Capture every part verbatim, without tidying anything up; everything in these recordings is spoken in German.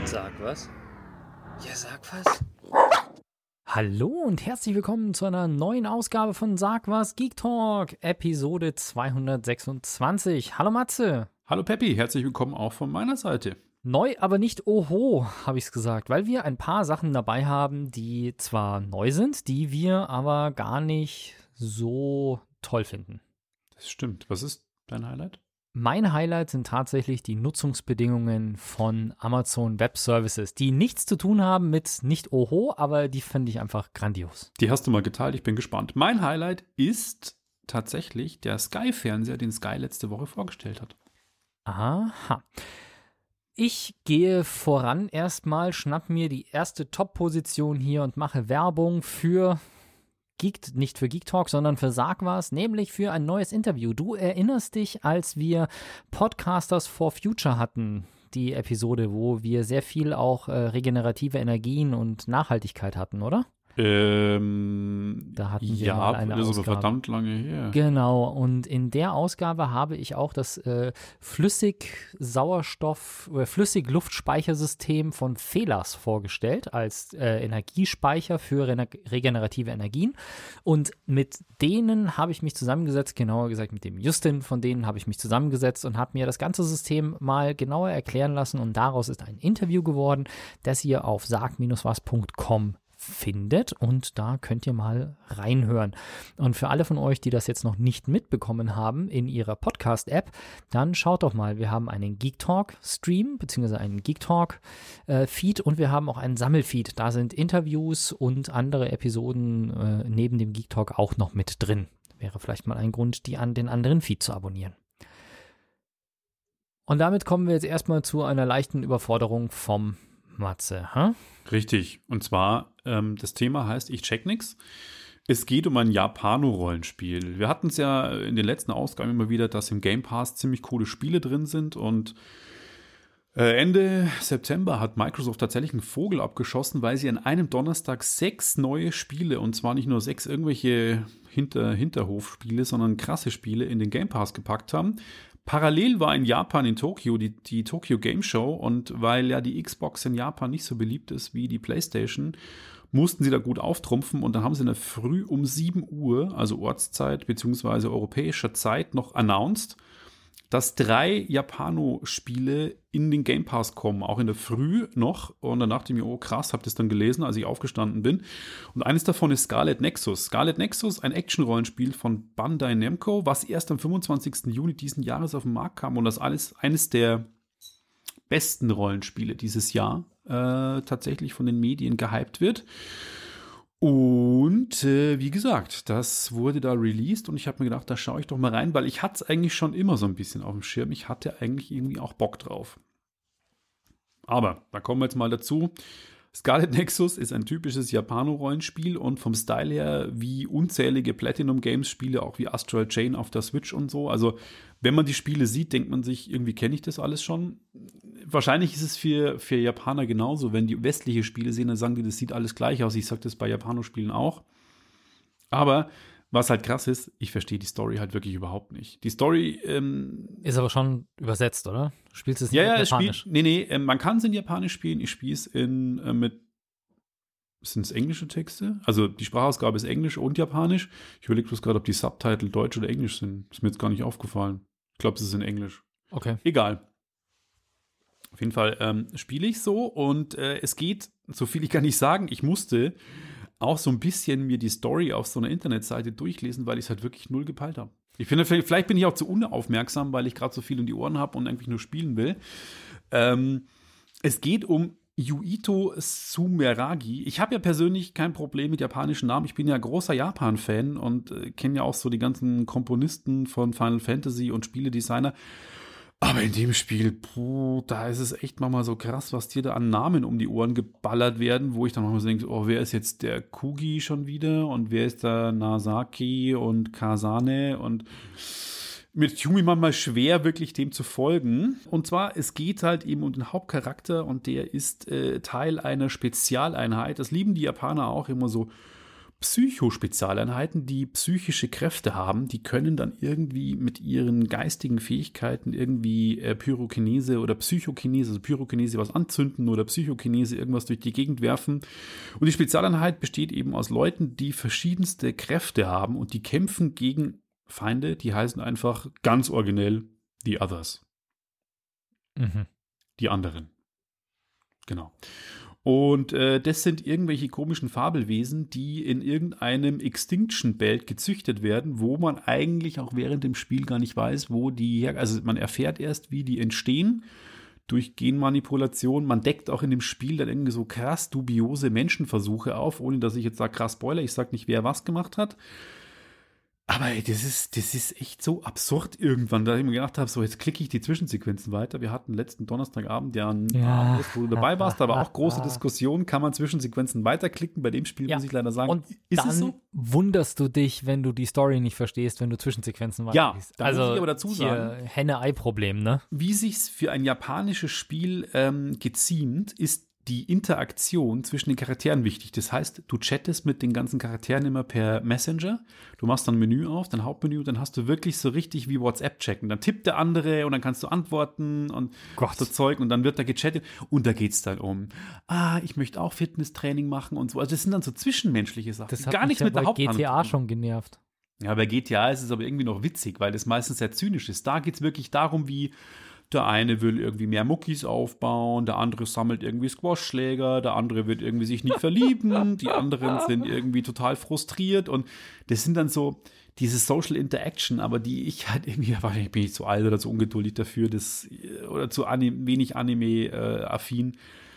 Sag was? Ja, sag was. Hallo und herzlich willkommen zu einer neuen Ausgabe von Sag was Geek Talk, Episode zweihundertsechsundzwanzig. Hallo Matze. Hallo Peppi, herzlich willkommen auch von meiner Seite. Neu, aber nicht oho, habe ich es gesagt, weil wir ein paar Sachen dabei haben, die zwar neu sind, die wir aber gar nicht so toll finden. Das stimmt. Was ist dein Highlight? Mein Highlight sind tatsächlich die Nutzungsbedingungen von Amazon Web Services, die nichts zu tun haben mit nicht oho, aber die finde ich einfach grandios. Die hast du mal geteilt, ich bin gespannt. Mein Highlight ist tatsächlich der Sky-Fernseher, den Sky letzte Woche vorgestellt hat. Aha. Ich gehe voran erstmal, schnapp mir die erste Top-Position hier und mache Werbung für Geek, nicht für Geek Talk, sondern für Sag was, nämlich für ein neues Interview. Du erinnerst dich, als wir Podcasters for Future hatten, die Episode, wo wir sehr viel auch äh, regenerative Energien und Nachhaltigkeit hatten, oder? Ähm, Da hatten wir ja, mal eine das ist aber Ausgabe. verdammt lange her. Genau, und in der Ausgabe habe ich auch das äh, Flüssig-Sauerstoff- oder Flüssig-Luftspeichersystem von Velas vorgestellt als äh, Energiespeicher für rene- regenerative Energien. Und mit denen habe ich mich zusammengesetzt, genauer gesagt mit dem Justin von denen habe ich mich zusammengesetzt und habe mir das ganze System mal genauer erklären lassen. Und daraus ist ein Interview geworden, das ihr auf sag was punkt com findet und da könnt ihr mal reinhören. Und für alle von euch, die das jetzt noch nicht mitbekommen haben in ihrer Podcast-App, dann schaut doch mal, wir haben einen Geek Talk-Stream beziehungsweise einen Geek Talk-Feed und wir haben auch einen Sammelfeed. Da sind Interviews und andere Episoden äh, neben dem Geek Talk auch noch mit drin. Wäre vielleicht mal ein Grund, die an den anderen Feed zu abonnieren. Und damit kommen wir jetzt erstmal zu einer leichten Überforderung vom Matze, huh? Richtig. Und zwar, ähm, das Thema heißt Ich check nix. Es geht um ein Japano-Rollenspiel. Wir hatten es ja in den letzten Ausgaben immer wieder, dass im Game Pass ziemlich coole Spiele drin sind und äh, Ende September hat Microsoft tatsächlich einen Vogel abgeschossen, weil sie an einem Donnerstag sechs neue Spiele, und zwar nicht nur sechs irgendwelche Hinter- Hinterhofspiele, sondern krasse Spiele in den Game Pass gepackt haben. Parallel war in Japan, in Tokio, die, die Tokyo Game Show, und weil ja die Xbox in Japan nicht so beliebt ist wie die PlayStation, mussten sie da gut auftrumpfen und dann haben sie in der Früh um sieben Uhr, also Ortszeit bzw. europäischer Zeit, noch announced, dass drei Japano-Spiele in den Game Pass kommen, auch in der Früh noch. Und dann dachte ich mir, oh krass, hab das dann gelesen, als ich aufgestanden bin. Und eines davon ist Scarlet Nexus. Scarlet Nexus, ein Action-Rollenspiel von Bandai Namco, was erst am fünfundzwanzigsten Juni diesen Jahres auf den Markt kam und das alles eines der besten Rollenspiele dieses Jahr äh, tatsächlich von den Medien gehypt wird. Und äh, wie gesagt, das wurde da released und ich habe mir gedacht, da schaue ich doch mal rein, weil ich hatte es eigentlich schon immer so ein bisschen auf dem Schirm. Ich hatte eigentlich irgendwie auch Bock drauf. Aber, da kommen wir jetzt mal dazu. Scarlet Nexus ist ein typisches Japano-Rollenspiel und vom Style her wie unzählige Platinum-Games-Spiele, auch wie Astral Chain auf der Switch und so. Also, wenn man die Spiele sieht, denkt man sich, irgendwie kenne ich das alles schon. Wahrscheinlich ist es für, für Japaner genauso. Wenn die westliche Spiele sehen, dann sagen die, das sieht alles gleich aus. Ich sage das bei Japano-Spielen auch. Aber was halt krass ist, ich verstehe die Story halt wirklich überhaupt nicht. Die Story ähm, Ist aber schon übersetzt, oder? Du spielst es ja, nicht ja, in es Japanisch? spielt, nee, nee, äh, man kann es in Japanisch spielen. Ich spiele es in äh, mit sind es englische Texte? Also die Sprachausgabe ist Englisch und Japanisch. Ich überlege bloß gerade, ob die Subtitle Deutsch oder Englisch sind. Ist mir jetzt gar nicht aufgefallen. Ich glaube, es ist in Englisch. Okay. Egal. Auf jeden Fall ähm, spiele ich so und äh, es geht, so viel ich kann nicht sagen, ich musste auch so ein bisschen mir die Story auf so einer Internetseite durchlesen, weil ich es halt wirklich null gepeilt habe. Ich finde, vielleicht bin ich auch zu unaufmerksam, weil ich gerade so viel um die Ohren habe und eigentlich nur spielen will. Ähm, es geht um Yuito Sumeragi. Ich habe ja persönlich kein Problem mit japanischen Namen. Ich bin ja großer Japan-Fan und äh, kenne ja auch so die ganzen Komponisten von Final Fantasy und Spieledesigner. Aber in dem Spiel, puh, da ist es echt manchmal so krass, was dir da an Namen um die Ohren geballert werden, wo ich dann manchmal so denke, oh, wer ist jetzt der Kugi schon wieder und wer ist der Nasaki und Kasane und mir tut mir manchmal schwer, wirklich dem zu folgen. Und zwar, es geht halt eben um den Hauptcharakter und der ist äh, Teil einer Spezialeinheit. Das lieben die Japaner auch immer so Psychospezialeinheiten, die psychische Kräfte haben, die können dann irgendwie mit ihren geistigen Fähigkeiten irgendwie äh, Pyrokinese oder Psychokinese, also Pyrokinese was anzünden oder Psychokinese irgendwas durch die Gegend werfen. Und die Spezialeinheit besteht eben aus Leuten, die verschiedenste Kräfte haben und die kämpfen gegen Feinde, die heißen einfach ganz originell The Others. Mhm. Die anderen. Genau. Und äh, das sind irgendwelche komischen Fabelwesen, die in irgendeinem Extinction-Belt gezüchtet werden, wo man eigentlich auch während dem Spiel gar nicht weiß, wo die her... Also man erfährt erst, wie die entstehen durch Genmanipulation. Man deckt auch in dem Spiel dann irgendwie so krass dubiose Menschenversuche auf, ohne dass ich jetzt sage, krass Spoiler, ich sage nicht, wer was gemacht hat. Aber ey, das ist, das ist echt so absurd irgendwann, da ich mir gedacht habe, so jetzt klicke ich die Zwischensequenzen weiter. Wir hatten letzten Donnerstagabend ja einen Ja. Abend, wo du dabei warst, da war auch große Diskussion, kann man Zwischensequenzen weiterklicken? Bei dem Spiel Ja. muss ich leider sagen, Und ist dann es so? wunderst du dich, wenn du die Story nicht verstehst, wenn du Zwischensequenzen Ja, weiterliest. da muss Also ich aber dazu sagen, hier Henne-Ei-Problem, ne? wie sich's für ein japanisches Spiel ähm, geziemt, ist die Interaktion zwischen den Charakteren wichtig. Das heißt, du chattest mit den ganzen Charakteren immer per Messenger. Du machst dann ein Menü auf, dein Hauptmenü, dann hast du wirklich so richtig wie WhatsApp checken. Dann tippt der andere und dann kannst du antworten und Gott. so Zeug und dann wird da gechattet und da geht's dann um, ah, ich möchte auch Fitnesstraining machen und so. Also das sind dann so zwischenmenschliche Sachen. Das die hat gar mich nichts ja mit der bei Haupthandlung G T A zu tun. schon genervt. Ja, bei G T A ist es aber irgendwie noch witzig, weil das meistens sehr zynisch ist. Da geht es wirklich darum, wie der eine will irgendwie mehr Muckis aufbauen, der andere sammelt irgendwie Squashschläger, der andere wird irgendwie sich nicht verlieben, die anderen sind irgendwie total frustriert und das sind dann so diese Social Interaction, aber die ich halt irgendwie, wahrscheinlich bin ich zu alt oder zu ungeduldig dafür, das, oder zu anim, wenig Anime-affin.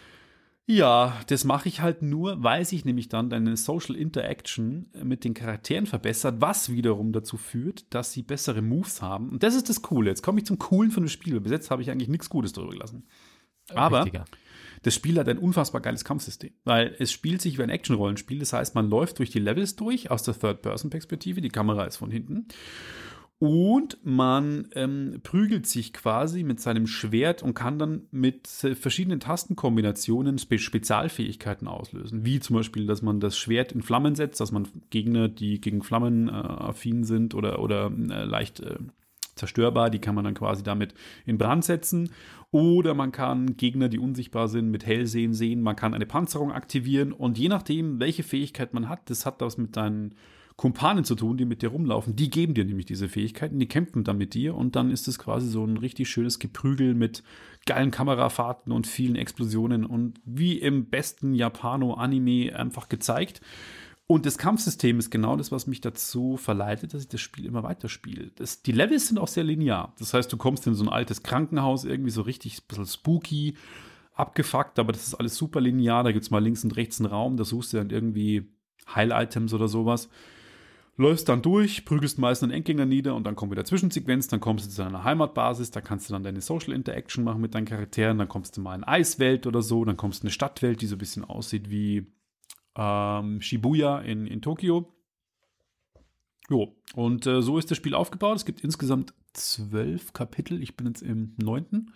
Ja, das mache ich halt nur, weil sich nämlich dann deine Social Interaction mit den Charakteren verbessert, was wiederum dazu führt, dass sie bessere Moves haben. Und das ist das Coole. Jetzt komme ich zum Coolen von dem Spiel. Bis jetzt habe ich eigentlich nichts Gutes darüber gelassen. Aber Richtiger. das Spiel hat ein unfassbar geiles Kampfsystem, weil es spielt sich wie ein Action-Rollenspiel. Das heißt, man läuft durch die Levels durch aus der Third-Person-Perspektive. Die Kamera ist von hinten. Und man ähm, prügelt sich quasi mit seinem Schwert und kann dann mit äh, verschiedenen Tastenkombinationen Spe- Spezialfähigkeiten auslösen. Wie zum Beispiel, dass man das Schwert in Flammen setzt, dass man Gegner, die gegen Flammen äh, affin sind oder, oder äh, leicht äh, zerstörbar, die kann man dann quasi damit in Brand setzen. Oder man kann Gegner, die unsichtbar sind, mit Hellsehen sehen. Man kann eine Panzerung aktivieren. Und je nachdem, welche Fähigkeit man hat, das hat was mit deinen Kumpanen zu tun, die mit dir rumlaufen, die geben dir nämlich diese Fähigkeiten, die kämpfen dann mit dir und dann ist es quasi so ein richtig schönes Geprügel mit geilen Kamerafahrten und vielen Explosionen und wie im besten Japano-Anime einfach gezeigt. Und das Kampfsystem ist genau das, was mich dazu verleitet, dass ich das Spiel immer weiterspiele. Das, die Levels sind auch sehr linear. Das heißt, du kommst in so ein altes Krankenhaus, irgendwie so richtig ein bisschen spooky, abgefuckt, aber das ist alles super linear. Da gibt es mal links und rechts einen Raum, da suchst du dann irgendwie Heil-Items oder sowas. Läufst dann durch, prügelst meist einen Endgegner nieder und dann kommt wieder Zwischensequenz, dann kommst du zu deiner Heimatbasis, da kannst du dann deine Social Interaction machen mit deinen Charakteren, dann kommst du mal in Eiswelt oder so, dann kommst du in eine Stadtwelt, die so ein bisschen aussieht wie ähm, Shibuya in, in Tokio. Jo, und äh, so ist das Spiel aufgebaut. Es gibt insgesamt zwölf Kapitel, ich bin jetzt im neunten.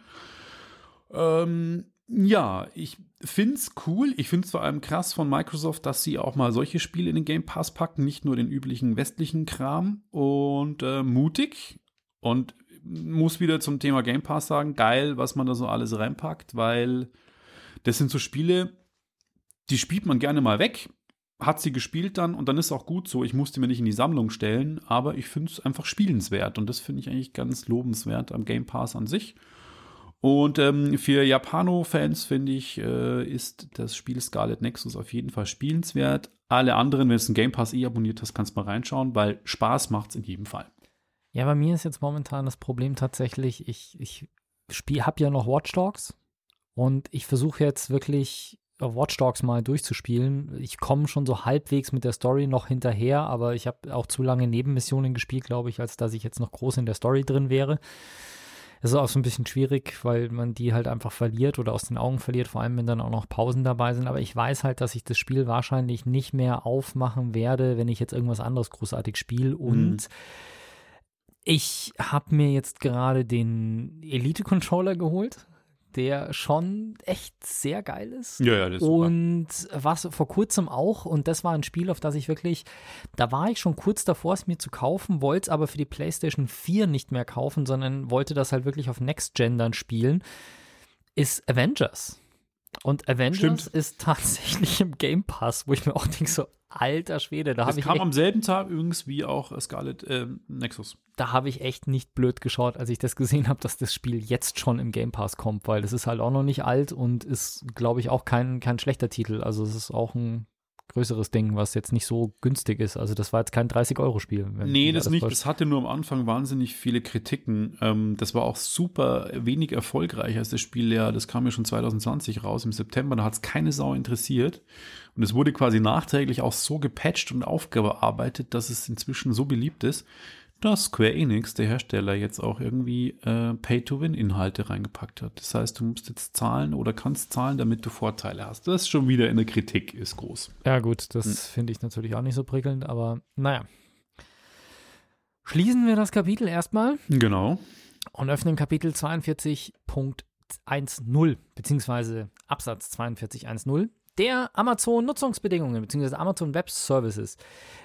Ähm, ja, ich finde es cool. Ich finde es vor allem krass von Microsoft, dass sie auch mal solche Spiele in den Game Pass packen, nicht nur den üblichen westlichen Kram. Und äh, mutig. Und muss wieder zum Thema Game Pass sagen, geil, was man da so alles reinpackt, weil das sind so Spiele, die spielt man gerne mal weg, hat sie gespielt dann und dann ist auch gut so. Ich musste mir nicht in die Sammlung stellen, aber ich finde es einfach spielenswert. Und das finde ich eigentlich ganz lobenswert am Game Pass an sich. Und ähm, für Japano-Fans, finde ich, äh, ist das Spiel Scarlet Nexus auf jeden Fall spielenswert. Alle anderen, wenn du einen Game Pass eh abonniert hast, kannst du mal reinschauen, weil Spaß macht es in jedem Fall. Ja, bei mir ist jetzt momentan das Problem tatsächlich, ich, ich habe ja noch Watch Dogs und ich versuche jetzt wirklich Watch Dogs mal durchzuspielen. Ich komme schon so halbwegs mit der Story noch hinterher, aber ich habe auch zu lange Nebenmissionen gespielt, glaube ich, als dass ich jetzt noch groß in der Story drin wäre. Das ist auch so ein bisschen schwierig, weil man die halt einfach verliert oder aus den Augen verliert, vor allem wenn dann auch noch Pausen dabei sind. Aber ich weiß halt, dass ich das Spiel wahrscheinlich nicht mehr aufmachen werde, wenn ich jetzt irgendwas anderes großartig spiele. Und mhm. ich habe mir jetzt gerade den Elite-Controller geholt. der schon echt sehr geil ist. Ja, ja, das ist super. Und was vor kurzem auch, und das war ein Spiel, auf das ich wirklich, da war ich schon kurz davor, es mir zu kaufen, wollte es aber für die PlayStation vier nicht mehr kaufen, sondern wollte das halt wirklich auf Next-Gen dann spielen, ist Avengers. Und Avengers Stimmt. ist tatsächlich im Game Pass, wo ich mir auch denke, so alter Schwede, da Das habe ich, kam echt- am selben Tag übrigens wie auch Scarlet äh, Nexus. da hab ich echt nicht blöd geschaut, als ich das gesehen habe, dass das Spiel jetzt schon im Game Pass kommt, weil das ist halt auch noch nicht alt und ist, glaube ich, auch kein, kein schlechter Titel. Also es ist auch ein größeres Ding, was jetzt nicht so günstig ist. Also das war jetzt kein dreißig-Euro-Spiel. wenn Nee, mich das alles nicht. täuscht. Es hatte nur am Anfang wahnsinnig viele Kritiken. Ähm, das war auch super wenig erfolgreich, als das Spiel ja, das kam ja schon zwanzig zwanzig raus, im September, da hat es keine Sau interessiert. Und es wurde quasi nachträglich auch so gepatcht und aufgearbeitet, dass es inzwischen so beliebt ist, dass Square Enix, der Hersteller, jetzt auch irgendwie äh, Pay-to-Win-Inhalte reingepackt hat. Das heißt, du musst jetzt zahlen oder kannst zahlen, damit du Vorteile hast. Das ist schon wieder in der Kritik, ist groß. Ja gut, das Hm. finde ich natürlich auch nicht so prickelnd, aber naja. Schließen wir das Kapitel erstmal Genau. und öffnen Kapitel zweiundvierzig Punkt zehn beziehungsweise Absatz zweiundvierzig Punkt zehn. Der Amazon-Nutzungsbedingungen beziehungsweise Amazon Web Services.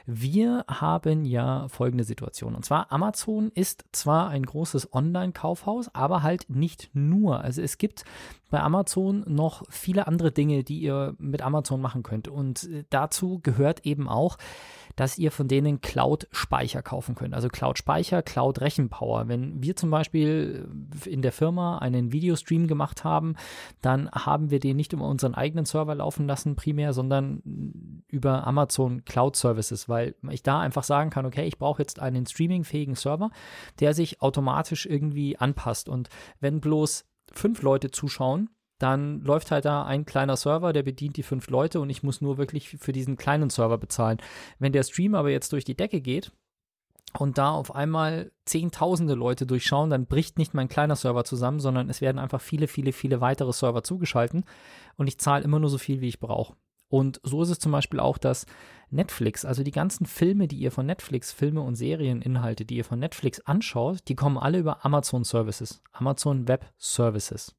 Wir haben ja folgende Situation. Und zwar, Amazon ist zwar ein großes Online-Kaufhaus, aber halt nicht nur. Also es gibt bei Amazon noch viele andere Dinge, die ihr mit Amazon machen könnt. Und dazu gehört eben auch, dass ihr von denen Cloud-Speicher kaufen könnt. Also Cloud-Speicher, Cloud-Rechenpower. Wenn wir zum Beispiel in der Firma einen Videostream gemacht haben, dann haben wir den nicht über unseren eigenen Server laufen lassen primär, sondern über Amazon Cloud Services, weil ich da einfach sagen kann, okay, ich brauche jetzt einen streamingfähigen Server, der sich automatisch irgendwie anpasst. Und wenn bloß fünf Leute zuschauen, dann läuft halt da ein kleiner Server, der bedient die fünf Leute und ich muss nur wirklich für diesen kleinen Server bezahlen. Wenn der Stream aber jetzt durch die Decke geht und da auf einmal zehntausende Leute durchschauen, dann bricht nicht mein kleiner Server zusammen, sondern es werden einfach viele, viele, viele weitere Server zugeschalten und ich zahle immer nur so viel, wie ich brauche. Und so ist es zum Beispiel auch, dass Netflix, also die ganzen Filme, die ihr von Netflix, Filme und Serieninhalte, die ihr von Netflix anschaut, die kommen alle über Amazon Services, Amazon Web Services.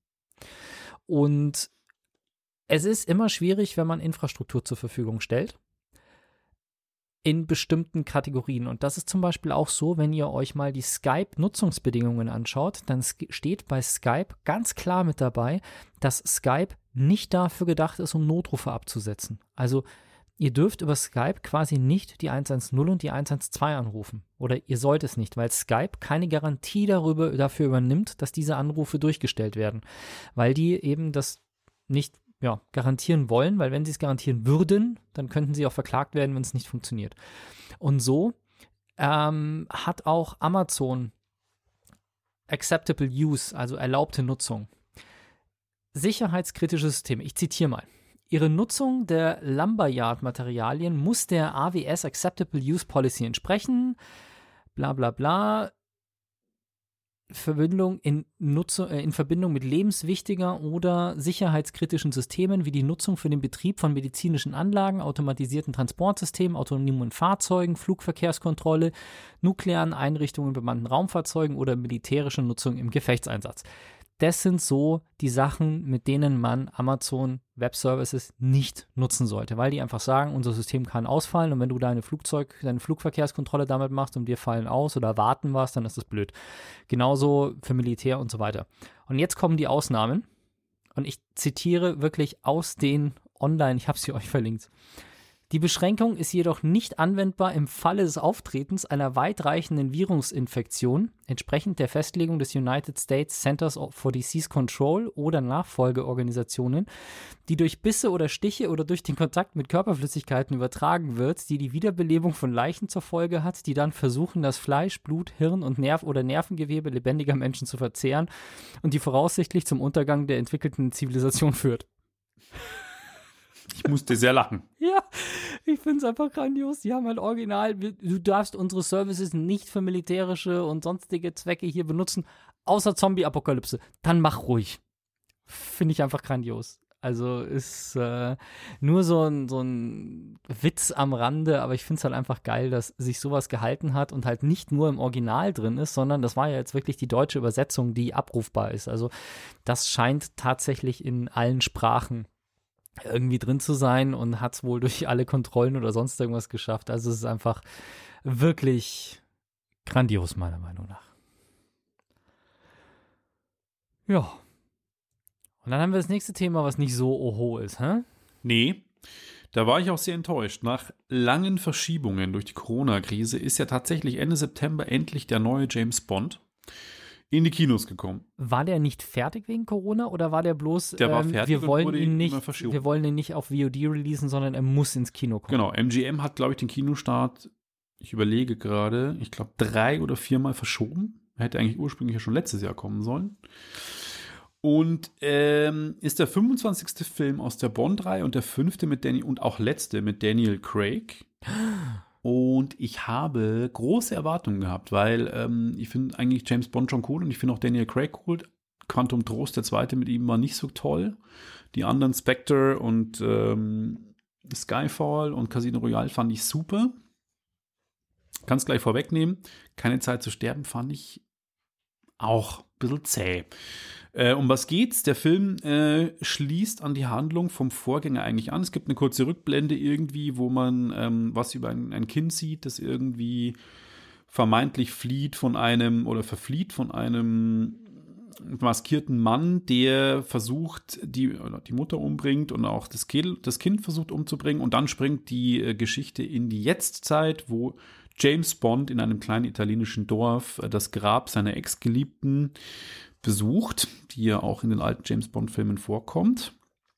Und es ist immer schwierig, wenn man Infrastruktur zur Verfügung stellt, in bestimmten Kategorien. Und das ist zum Beispiel auch so, wenn ihr euch mal die Skype-Nutzungsbedingungen anschaut, dann steht bei Skype ganz klar mit dabei, dass Skype nicht dafür gedacht ist, um Notrufe abzusetzen. Also ihr dürft über Skype quasi nicht die eins eins null und die eins eins zwei anrufen. Oder ihr sollt es nicht, weil Skype keine Garantie darüber, dafür übernimmt, dass diese Anrufe durchgestellt werden. Weil die eben das nicht ja, garantieren wollen, weil wenn sie es garantieren würden, dann könnten sie auch verklagt werden, wenn es nicht funktioniert. Und so ähm, hat auch Amazon Acceptable Use, also erlaubte Nutzung. Sicherheitskritische Systeme. Ich zitiere mal. Ihre Nutzung der Lumberyard-Materialien muss der A W S Acceptable Use Policy entsprechen. Bla bla bla. Verbindung in, Nutzung, äh, in Verbindung mit lebenswichtiger oder sicherheitskritischen Systemen wie die Nutzung für den Betrieb von medizinischen Anlagen, automatisierten Transportsystemen, autonomen Fahrzeugen, Flugverkehrskontrolle, nuklearen Einrichtungen, bemannten Raumfahrzeugen oder militärische Nutzung im Gefechtseinsatz. Das sind so die Sachen, mit denen man Amazon Web Services nicht nutzen sollte, weil die einfach sagen, unser System kann ausfallen und wenn du deine Flugzeug, deine Flugverkehrskontrolle damit machst und wir fallen aus oder warten was, dann ist das blöd. Genauso für Militär und so weiter. Und jetzt kommen die Ausnahmen und ich zitiere wirklich aus den Online, ich habe sie euch verlinkt. Die Beschränkung ist jedoch nicht anwendbar im Falle des Auftretens einer weitreichenden Virusinfektion, entsprechend der Festlegung des United States Centers for Disease Control oder Nachfolgeorganisationen, die durch Bisse oder Stiche oder durch den Kontakt mit Körperflüssigkeiten übertragen wird, die die Wiederbelebung von Leichen zur Folge hat, die dann versuchen, das Fleisch, Blut, Hirn und Nerv- oder Nervengewebe lebendiger Menschen zu verzehren und die voraussichtlich zum Untergang der entwickelten Zivilisation führt. Ich musste sehr lachen. Ja, ich finde es einfach grandios. Die haben halt original, du darfst unsere Services nicht für militärische und sonstige Zwecke hier benutzen, außer Zombie-Apokalypse. Dann mach ruhig. Finde ich einfach grandios. Also ist äh, nur so ein, so ein Witz am Rande, aber ich finde es halt einfach geil, dass sich sowas gehalten hat und halt nicht nur im Original drin ist, sondern das war ja jetzt wirklich die deutsche Übersetzung, die abrufbar ist. Also das scheint tatsächlich in allen Sprachen irgendwie drin zu sein und hat es wohl durch alle Kontrollen oder sonst irgendwas geschafft. Also es ist einfach wirklich grandios, meiner Meinung nach. Ja. Und dann haben wir das nächste Thema, was nicht so oho ist, hä? Nee, da war ich auch sehr enttäuscht. Nach langen Verschiebungen durch die Corona-Krise ist ja tatsächlich Ende September endlich der neue James Bond in die Kinos gekommen. War der nicht fertig wegen Corona oder war der bloß, Der war ähm, fertig wir und wollen wurde ihn immer nicht, verschoben. wir wollen ihn nicht auf V O D releasen, sondern er muss ins Kino kommen. Genau, M G M hat, glaube ich, den Kinostart, ich überlege gerade, ich glaube drei oder viermal verschoben. Er hätte eigentlich ursprünglich ja schon letztes Jahr kommen sollen. Und ähm, ist der fünfundzwanzigste Film aus der Bond-Reihe und der fünfte mit Daniel und auch letzte mit Daniel Craig. Und ich habe große Erwartungen gehabt, weil ähm, ich finde eigentlich James Bond schon cool und ich finde auch Daniel Craig cool. Quantum Trost, der zweite mit ihm, war nicht so toll. Die anderen Spectre und ähm, Skyfall und Casino Royale fand ich super. Kann's gleich vorwegnehmen. Keine Zeit zu sterben fand ich auch ein bisschen zäh. Äh, um was geht's? Der Film äh, schließt an die Handlung vom Vorgänger eigentlich an. Es gibt eine kurze Rückblende irgendwie, wo man ähm, was über ein, ein Kind sieht, das irgendwie vermeintlich flieht von einem oder verflieht von einem maskierten Mann, der versucht, die, oder die Mutter umbringt und auch das Kind, das Kind versucht umzubringen. Und dann springt die äh, Geschichte in die Jetztzeit, wo James Bond in einem kleinen italienischen Dorf äh, das Grab seiner Ex-Geliebten besucht, die ja auch in den alten James Bond-Filmen vorkommt.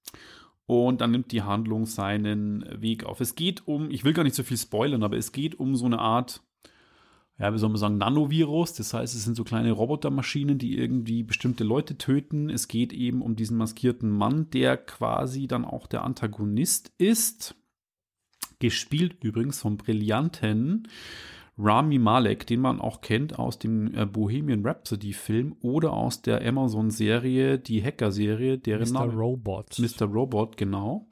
Und dann nimmt die Handlung seinen Weg auf. Es geht um, ich will gar nicht so viel spoilern, aber es geht um so eine Art, ja, wie soll man sagen, Nanovirus. Das heißt, es sind so kleine Robotermaschinen, die irgendwie bestimmte Leute töten. Es geht eben um diesen maskierten Mann, der quasi dann auch der Antagonist ist. Gespielt übrigens vom brillanten Rami Malek, den man auch kennt aus dem äh, Bohemian Rhapsody-Film oder aus der Amazon-Serie, die Hacker-Serie, deren Mister Name Robot. Mister Robot, genau.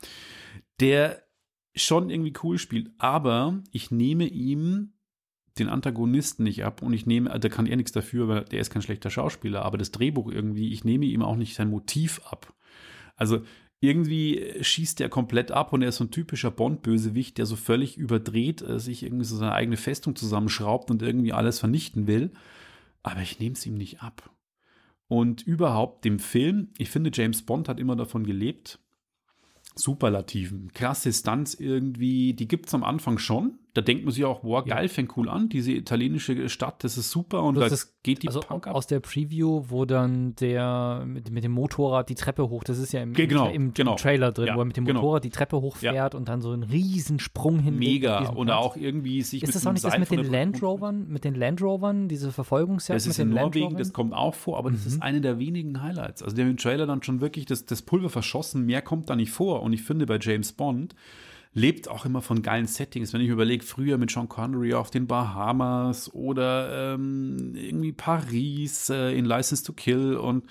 Der schon irgendwie cool spielt, aber ich nehme ihm den Antagonisten nicht ab und ich nehme, da kann er nichts dafür, weil der ist kein schlechter Schauspieler, aber das Drehbuch irgendwie, ich nehme ihm auch nicht sein Motiv ab. Also irgendwie schießt der komplett ab und er ist so ein typischer Bond-Bösewicht, der so völlig überdreht, äh, sich irgendwie so seine eigene Festung zusammenschraubt und irgendwie alles vernichten will. Aber ich nehme es ihm nicht ab. Und überhaupt dem Film, ich finde, James Bond hat immer davon gelebt, Superlativen, krasse Stunts irgendwie, die gibt es am Anfang schon. Da denkt man sich auch, boah, geil, Ja. fängt cool an, diese italienische Stadt, das ist super und Bloß da das- geht die Also Punk ab. aus der Preview, wo dann der mit, mit dem Motorrad die Treppe hoch, das ist ja im, Ge- genau, im, im genau. Trailer drin, Ja, wo er mit dem genau. Motorrad die Treppe hochfährt und dann so einen riesen Sprung hinlegt. auf Mega. diesem Und Platz. auch irgendwie sich Ist mit das auch einem nicht das Seil mit von den der Land Brücke- Rovern, mit den Land Rovern, diese Verfolgungsjagd Das mit ist den in Land Norwegen, Rovern? das kommt auch vor, aber das Mhm. ist eine der wenigen Highlights. Also die haben im Trailer dann schon wirklich das, das Pulver verschossen, mehr kommt da nicht vor. Und ich finde, bei James Bond lebt auch immer von geilen Settings. Wenn ich mir überlege, früher mit Sean Connery auf den Bahamas oder ähm, irgendwie Paris äh, in License to Kill und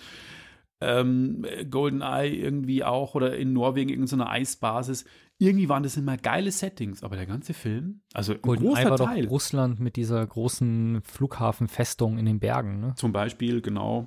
ähm, GoldenEye irgendwie auch oder in Norwegen irgendeine Eisbasis. Irgendwie waren das immer geile Settings, aber der ganze Film, also ein GoldenEye großer war Teil. doch Russland mit dieser großen Flughafenfestung in den Bergen, ne? Zum Beispiel, genau.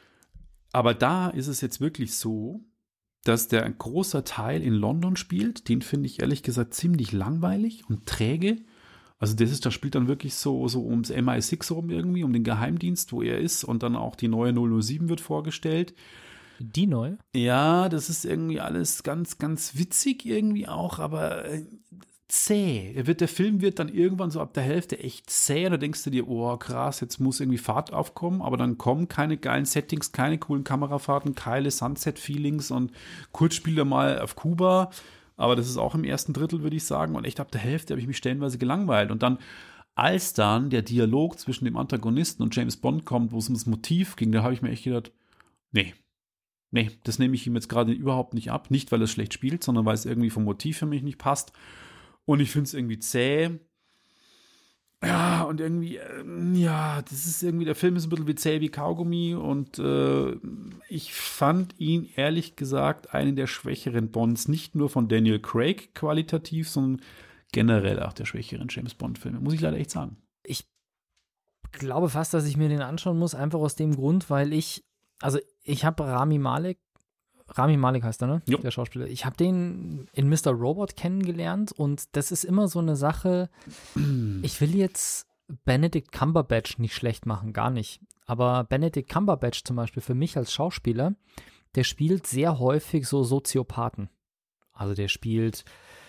Aber da ist es jetzt wirklich so, dass der ein großer Teil in London spielt. Den finde ich ehrlich gesagt ziemlich langweilig und träge. Also das ist, das spielt dann wirklich so, so ums M I sechs rum irgendwie, um den Geheimdienst, wo er ist. Und dann auch die neue null null sieben wird vorgestellt. Die neue? Ja, das ist irgendwie alles ganz, ganz witzig irgendwie auch, aber äh, zäh. Er wird, der Film wird dann irgendwann so ab der Hälfte echt zäh und da denkst du dir, oh krass, jetzt muss irgendwie Fahrt aufkommen, aber dann kommen keine geilen Settings, keine coolen Kamerafahrten, keine Sunset-Feelings und kurz spielt er mal auf Kuba, aber das ist auch im ersten Drittel, würde ich sagen, und echt ab der Hälfte habe ich mich stellenweise gelangweilt und dann als dann der Dialog zwischen dem Antagonisten und James Bond kommt, wo es ums Motiv ging, da habe ich mir echt gedacht, nee, nee, das nehme ich ihm jetzt gerade überhaupt nicht ab. Nicht, weil es schlecht spielt, sondern weil es irgendwie vom Motiv für mich nicht passt. Und ich finde es irgendwie zäh. Ja, und irgendwie, ähm, ja, das ist irgendwie, der Film ist ein bisschen wie zäh wie Kaugummi und äh, ich fand ihn ehrlich gesagt einen der schwächeren Bonds, nicht nur von Daniel Craig qualitativ, sondern generell auch der schwächeren James-Bond-Filme, muss ich leider echt sagen. Ich glaube fast, dass ich mir den anschauen muss, einfach aus dem Grund, weil ich, also ich habe Rami Malek, Rami Malek heißt er, ne? Jo. Der Schauspieler. Ich habe den in Mister Robot kennengelernt und das ist immer so eine Sache, ich will jetzt Benedict Cumberbatch nicht schlecht machen, gar nicht. Aber Benedict Cumberbatch zum Beispiel für mich als Schauspieler, der spielt sehr häufig so Soziopathen. Also der spielt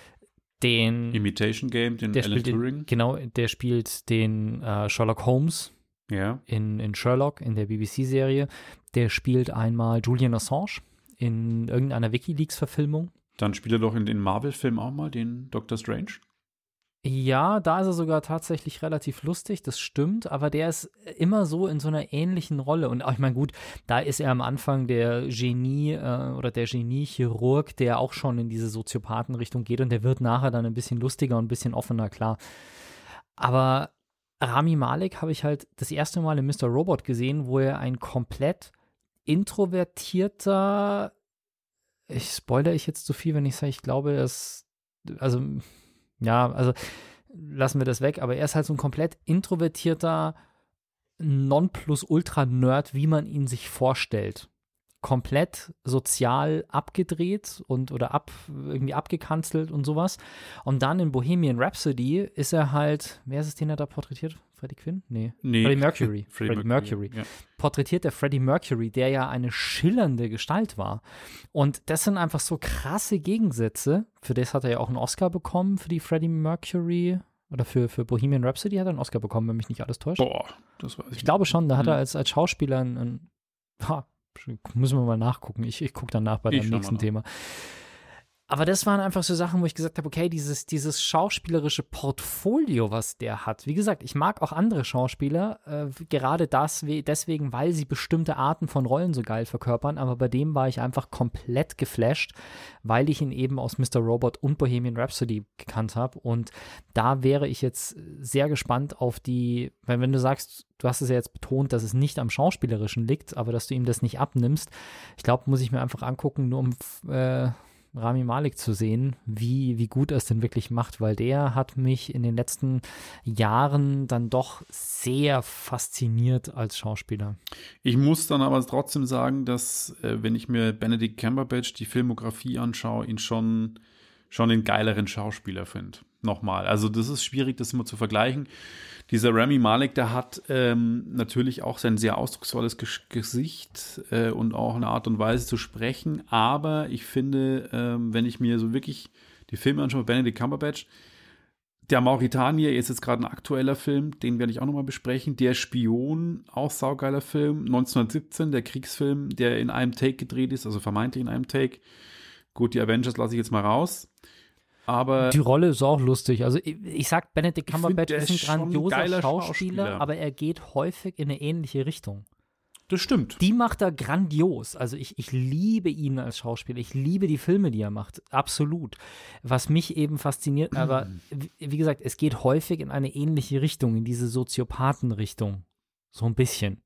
den Imitation Game, den der Alan spielt den, Turing. genau, der spielt den äh, Sherlock Holmes Ja. in, in Sherlock, in der B B C-Serie. Der spielt einmal Julian Assange in irgendeiner WikiLeaks-Verfilmung. Dann spielt er doch in den Marvel-Film auch mal den Doctor Strange. Ja, da ist er sogar tatsächlich relativ lustig, das stimmt, aber der ist immer so in so einer ähnlichen Rolle. Und auch, ich meine, gut, da ist er am Anfang der Genie äh, oder der Genie-Chirurg, der auch schon in diese Soziopathenrichtung geht und der wird nachher dann ein bisschen lustiger und ein bisschen offener, klar. Aber Rami Malek habe ich halt das erste Mal in Mister Robot gesehen, wo er ein komplett introvertierter, ich spoilere ich jetzt zu viel, wenn ich sage, ich glaube, dass, also, ja, also lassen wir das weg, aber er ist halt so ein komplett introvertierter Nonplusultra-Nerd, wie man ihn sich vorstellt. Komplett sozial abgedreht und oder ab, irgendwie abgekanzelt und sowas. Und dann in Bohemian Rhapsody ist er halt, wer ist es, den er da porträtiert? Freddie Quinn? Nee. Nee. Freddie Mercury. Freddie Freddie Mercury, Mercury. ja. Porträtiert der Freddie Mercury, der ja eine schillernde Gestalt war. Und das sind einfach so krasse Gegensätze. Für das hat er ja auch einen Oscar bekommen, für die Freddie Mercury oder für, für Bohemian Rhapsody hat er einen Oscar bekommen, wenn mich nicht alles täuscht. Boah, das weiß ich Ich glaube schon, da hat Hm. er als, als Schauspieler einen, einen ha, müssen wir mal nachgucken. Ich, ich gucke danach bei Ich dem schau mal nächsten nach. Thema. Aber das waren einfach so Sachen, wo ich gesagt habe, okay, dieses, dieses schauspielerische Portfolio, was der hat. Wie gesagt, ich mag auch andere Schauspieler, äh, gerade das we- deswegen, weil sie bestimmte Arten von Rollen so geil verkörpern, aber bei dem war ich einfach komplett geflasht, weil ich ihn eben aus Mister Robot und Bohemian Rhapsody gekannt habe. Und da wäre ich jetzt sehr gespannt auf die, weil wenn du sagst, du hast es ja jetzt betont, dass es nicht am Schauspielerischen liegt, aber dass du ihm das nicht abnimmst, ich glaube, muss ich mir einfach angucken, nur um äh, Rami Malek zu sehen, wie, wie gut er es denn wirklich macht, weil der hat mich in den letzten Jahren dann doch sehr fasziniert als Schauspieler. Ich muss dann aber trotzdem sagen, dass, äh, wenn ich mir Benedict Cumberbatch die Filmografie anschaue, ihn schon, schon den geileren Schauspieler finde. Nochmal. Also, das ist schwierig, das immer zu vergleichen. Dieser Rami Malek, der hat ähm, natürlich auch sein sehr ausdrucksvolles Ges- Gesicht äh, und auch eine Art und Weise zu sprechen. Aber ich finde, ähm, wenn ich mir so wirklich die Filme anschaue, Benedict Cumberbatch, der Mauretanier ist jetzt gerade ein aktueller Film, den werde ich auch nochmal besprechen. Der Spion, auch saugeiler Film, neunzehnhundertsiebzehn, der Kriegsfilm, der in einem Take gedreht ist, also vermeintlich in einem Take. Gut, die Avengers lasse ich jetzt mal raus. Aber Die Rolle ist auch lustig. Also ich, ich sag, Benedict Ich find, Cumberbatch der ist ein ist schon ein grandioser geiler Schauspieler, Schauspieler. aber er geht häufig in eine ähnliche Richtung. das stimmt. Die macht er grandios. Also ich, ich liebe ihn als Schauspieler. Ich liebe die Filme, die er macht. Absolut. Was mich eben fasziniert, aber wie, wie gesagt, es geht häufig in eine ähnliche Richtung, in diese Soziopathenrichtung. So ein bisschen.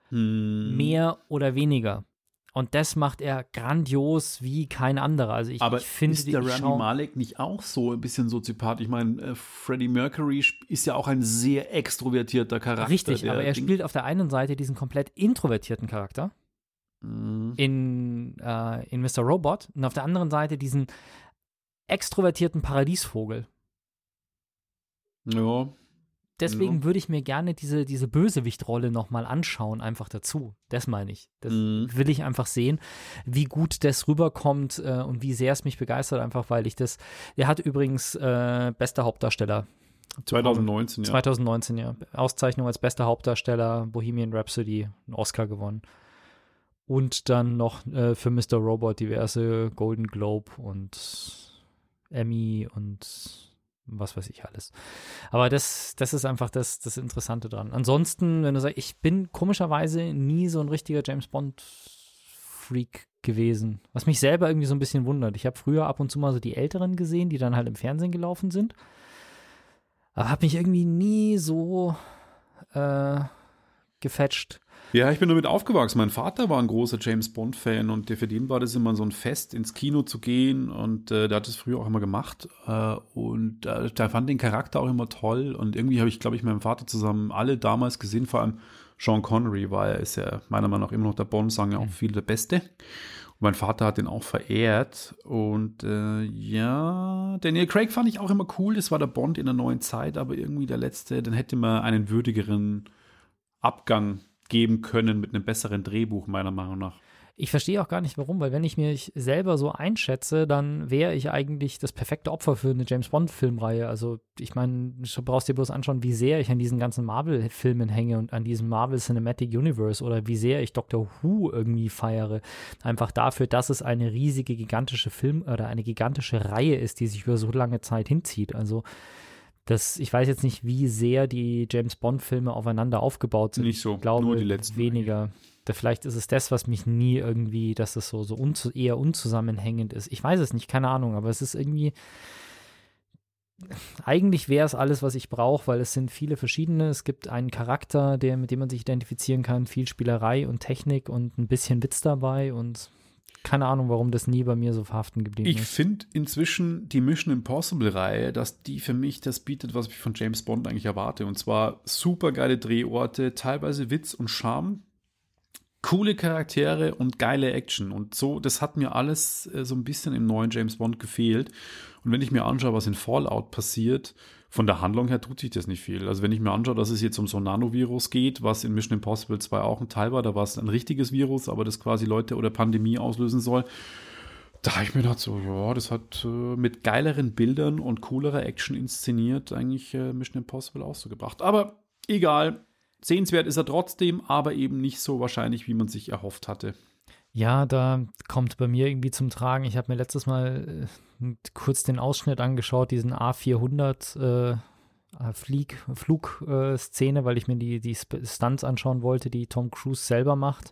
Hm. Mehr oder weniger. Und das macht er grandios wie kein anderer. Also ich, Aber ich finde, ist der ich Rami schau- Malek nicht auch so ein bisschen Soziopath? Ich meine, äh, Freddie Mercury sp- ist ja auch ein sehr extrovertierter Charakter. Richtig, der aber er Ding- spielt auf der einen Seite diesen komplett introvertierten Charakter Mhm. in, äh, in Mister Robot und auf der anderen Seite diesen extrovertierten Paradiesvogel. Ja. Deswegen Ja. würde ich mir gerne diese, diese Bösewichtrolle nochmal anschauen, einfach dazu. Das meine ich. Das Mhm. will ich einfach sehen, wie gut das rüberkommt äh, und wie sehr es mich begeistert, einfach weil ich das. Der hat übrigens äh, bester Hauptdarsteller. zwanzig neunzehn, ja. zwanzig neunzehn, ja. Auszeichnung als bester Hauptdarsteller, Bohemian Rhapsody, einen Oscar gewonnen. Und dann noch äh, für Mister Robot diverse Golden Globe und Emmy und was weiß ich alles. Aber das, das ist einfach das, das Interessante dran. Ansonsten, wenn du sagst, ich bin komischerweise nie so ein richtiger James Bond-Freak gewesen, was mich selber irgendwie so ein bisschen wundert. Ich habe früher ab und zu mal so die Älteren gesehen, die dann halt im Fernsehen gelaufen sind. Aber hat mich irgendwie nie so äh, gefetcht. Ja, ich bin damit aufgewachsen. Mein Vater war ein großer James-Bond-Fan und für den war das immer so ein Fest, ins Kino zu gehen und äh, der hat es früher auch immer gemacht äh, und äh, der fand den Charakter auch immer toll und irgendwie habe ich, glaube ich, mit meinem Vater zusammen alle damals gesehen, vor allem Sean Connery, weil er ist ja meiner Meinung nach immer noch der Bond, sagen ja auch viele der Beste. Und mein Vater hat den auch verehrt und äh, ja, Daniel Craig fand ich auch immer cool, das war der Bond in der neuen Zeit, aber irgendwie der letzte, dann hätte man einen würdigeren Abgang geben können mit einem besseren Drehbuch, meiner Meinung nach. Ich verstehe auch gar nicht, warum, weil wenn ich mich selber so einschätze, dann wäre ich eigentlich das perfekte Opfer für eine James-Bond-Filmreihe. Also ich meine, du brauchst dir bloß anschauen, wie sehr ich an diesen ganzen Marvel-Filmen hänge und an diesem Marvel Cinematic Universe oder wie sehr ich Doctor Who irgendwie feiere. Einfach dafür, dass es eine riesige, gigantische Film- oder eine gigantische Reihe ist, die sich über so lange Zeit hinzieht. Also Das, ich weiß jetzt nicht, wie sehr die James-Bond-Filme aufeinander aufgebaut sind. Nicht so, ich glaube, nur die letzten. Weniger. Da, vielleicht ist es das, was mich nie irgendwie, dass es so, so unzu- eher unzusammenhängend ist. Ich weiß es nicht, keine Ahnung, aber es ist irgendwie, eigentlich wäre es alles, was ich brauche, weil es sind viele verschiedene. Es gibt einen Charakter, der, mit dem man sich identifizieren kann, viel Spielerei und Technik und ein bisschen Witz dabei und keine Ahnung, warum das nie bei mir so verhaften geblieben Ich ist. finde inzwischen die Mission Impossible-Reihe, dass die für mich das bietet, was ich von James Bond eigentlich erwarte. Und zwar super geile Drehorte, teilweise Witz und Charme, coole Charaktere und geile Action. Und so, das hat mir alles äh, so ein bisschen im neuen James Bond gefehlt. Und wenn ich mir anschaue, was in Fallout passiert, von der Handlung her tut sich das nicht viel. Also wenn ich mir anschaue, dass es jetzt um so ein Nanovirus geht, was in Mission Impossible zwei auch ein Teil war, da war es ein richtiges Virus, aber das quasi Leute oder Pandemie auslösen soll, da habe ich mir gedacht, so, ja, das hat äh, mit geileren Bildern und coolerer Action inszeniert eigentlich äh, Mission Impossible auch so gebracht. Aber egal, sehenswert ist er trotzdem, aber eben nicht so wahrscheinlich, wie man sich erhofft hatte. Ja, da kommt bei mir irgendwie zum Tragen. Ich habe mir letztes Mal äh, kurz den Ausschnitt angeschaut, diesen A vierhundert äh, Flieg, Flugszene, äh, weil ich mir die, die Stunts anschauen wollte, die Tom Cruise selber macht.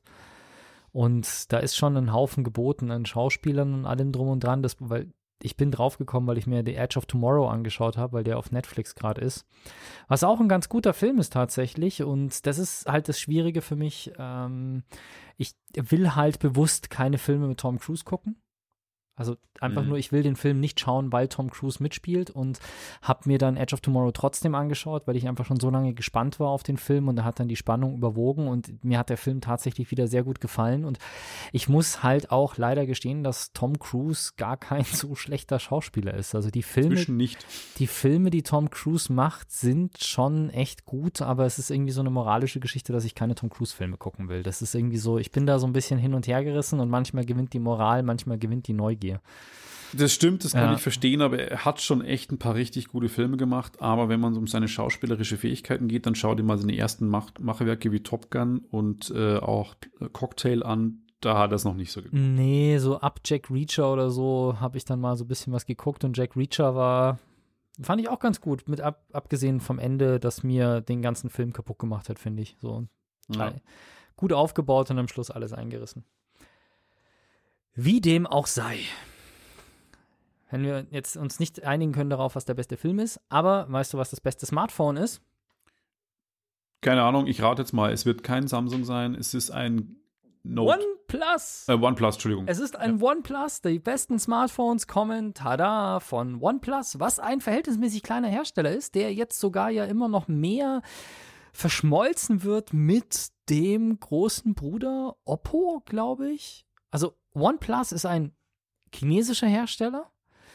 Und da ist schon ein Haufen geboten an Schauspielern und allem drum und dran, das, weil ich bin draufgekommen, weil ich mir The Edge of Tomorrow angeschaut habe, weil der auf Netflix gerade ist. Was auch ein ganz guter Film ist tatsächlich. Und das ist halt das Schwierige für mich. Ähm, ich will halt bewusst keine Filme mit Tom Cruise gucken. Also einfach Mhm. nur, ich will den Film nicht schauen, weil Tom Cruise mitspielt und habe mir dann Edge of Tomorrow trotzdem angeschaut, weil ich einfach schon so lange gespannt war auf den Film und da hat dann die Spannung überwogen und mir hat der Film tatsächlich wieder sehr gut gefallen und ich muss halt auch leider gestehen, dass Tom Cruise gar kein so schlechter Schauspieler ist. Also die Filme, Zwischen nicht. die Filme, die Tom Cruise macht, sind schon echt gut, aber es ist irgendwie so eine moralische Geschichte, dass ich keine Tom Cruise-Filme gucken will. Das ist irgendwie so, ich bin da so ein bisschen hin und her gerissen und manchmal gewinnt die Moral, manchmal gewinnt die Neugier. Das stimmt, das kann Ja. ich verstehen, aber er hat schon echt ein paar richtig gute Filme gemacht. Aber wenn man um seine schauspielerische Fähigkeiten geht, dann schau dir mal seine ersten Mach Machwerke wie Top Gun und äh, auch Cocktail an. Da hat er es noch nicht so geguckt. Nee, so ab Jack Reacher oder so habe ich dann mal so ein bisschen was geguckt und Jack Reacher war, fand ich auch ganz gut, mit ab, abgesehen vom Ende, das mir den ganzen Film kaputt gemacht hat, finde ich. So Ja. gut aufgebaut und am Schluss alles eingerissen. Wie dem auch sei. Wenn wir jetzt uns nicht einigen können darauf, was der beste Film ist, aber weißt du, was das beste Smartphone ist? Keine Ahnung, ich rate jetzt mal, es wird kein Samsung sein, es ist ein Note. OnePlus. Äh, OnePlus, Entschuldigung. Es ist ein OnePlus. Die besten Smartphones kommen, tada, von OnePlus, was ein verhältnismäßig kleiner Hersteller ist, der jetzt sogar ja immer noch mehr verschmolzen wird mit dem großen Bruder Oppo, glaube ich. Also OnePlus ist ein chinesischer Hersteller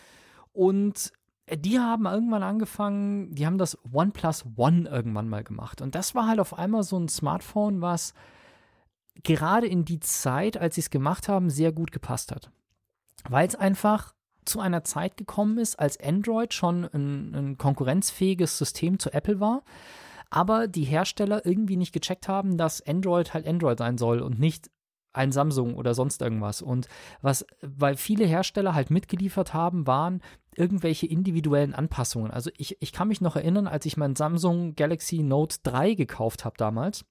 und die haben irgendwann angefangen, die haben das OnePlus One irgendwann mal gemacht und das war halt auf einmal so ein Smartphone, was gerade in die Zeit, als sie es gemacht haben, sehr gut gepasst hat. Weil es einfach zu einer Zeit gekommen ist, als Android schon ein, ein konkurrenzfähiges System zu Apple war, aber die Hersteller irgendwie nicht gecheckt haben, dass Android halt Android sein soll und nicht ein Samsung oder sonst irgendwas. Und was, weil viele Hersteller halt mitgeliefert haben, waren irgendwelche individuellen Anpassungen. Also ich, ich kann mich noch erinnern, als ich mein Samsung Galaxy Note drei gekauft habe damals,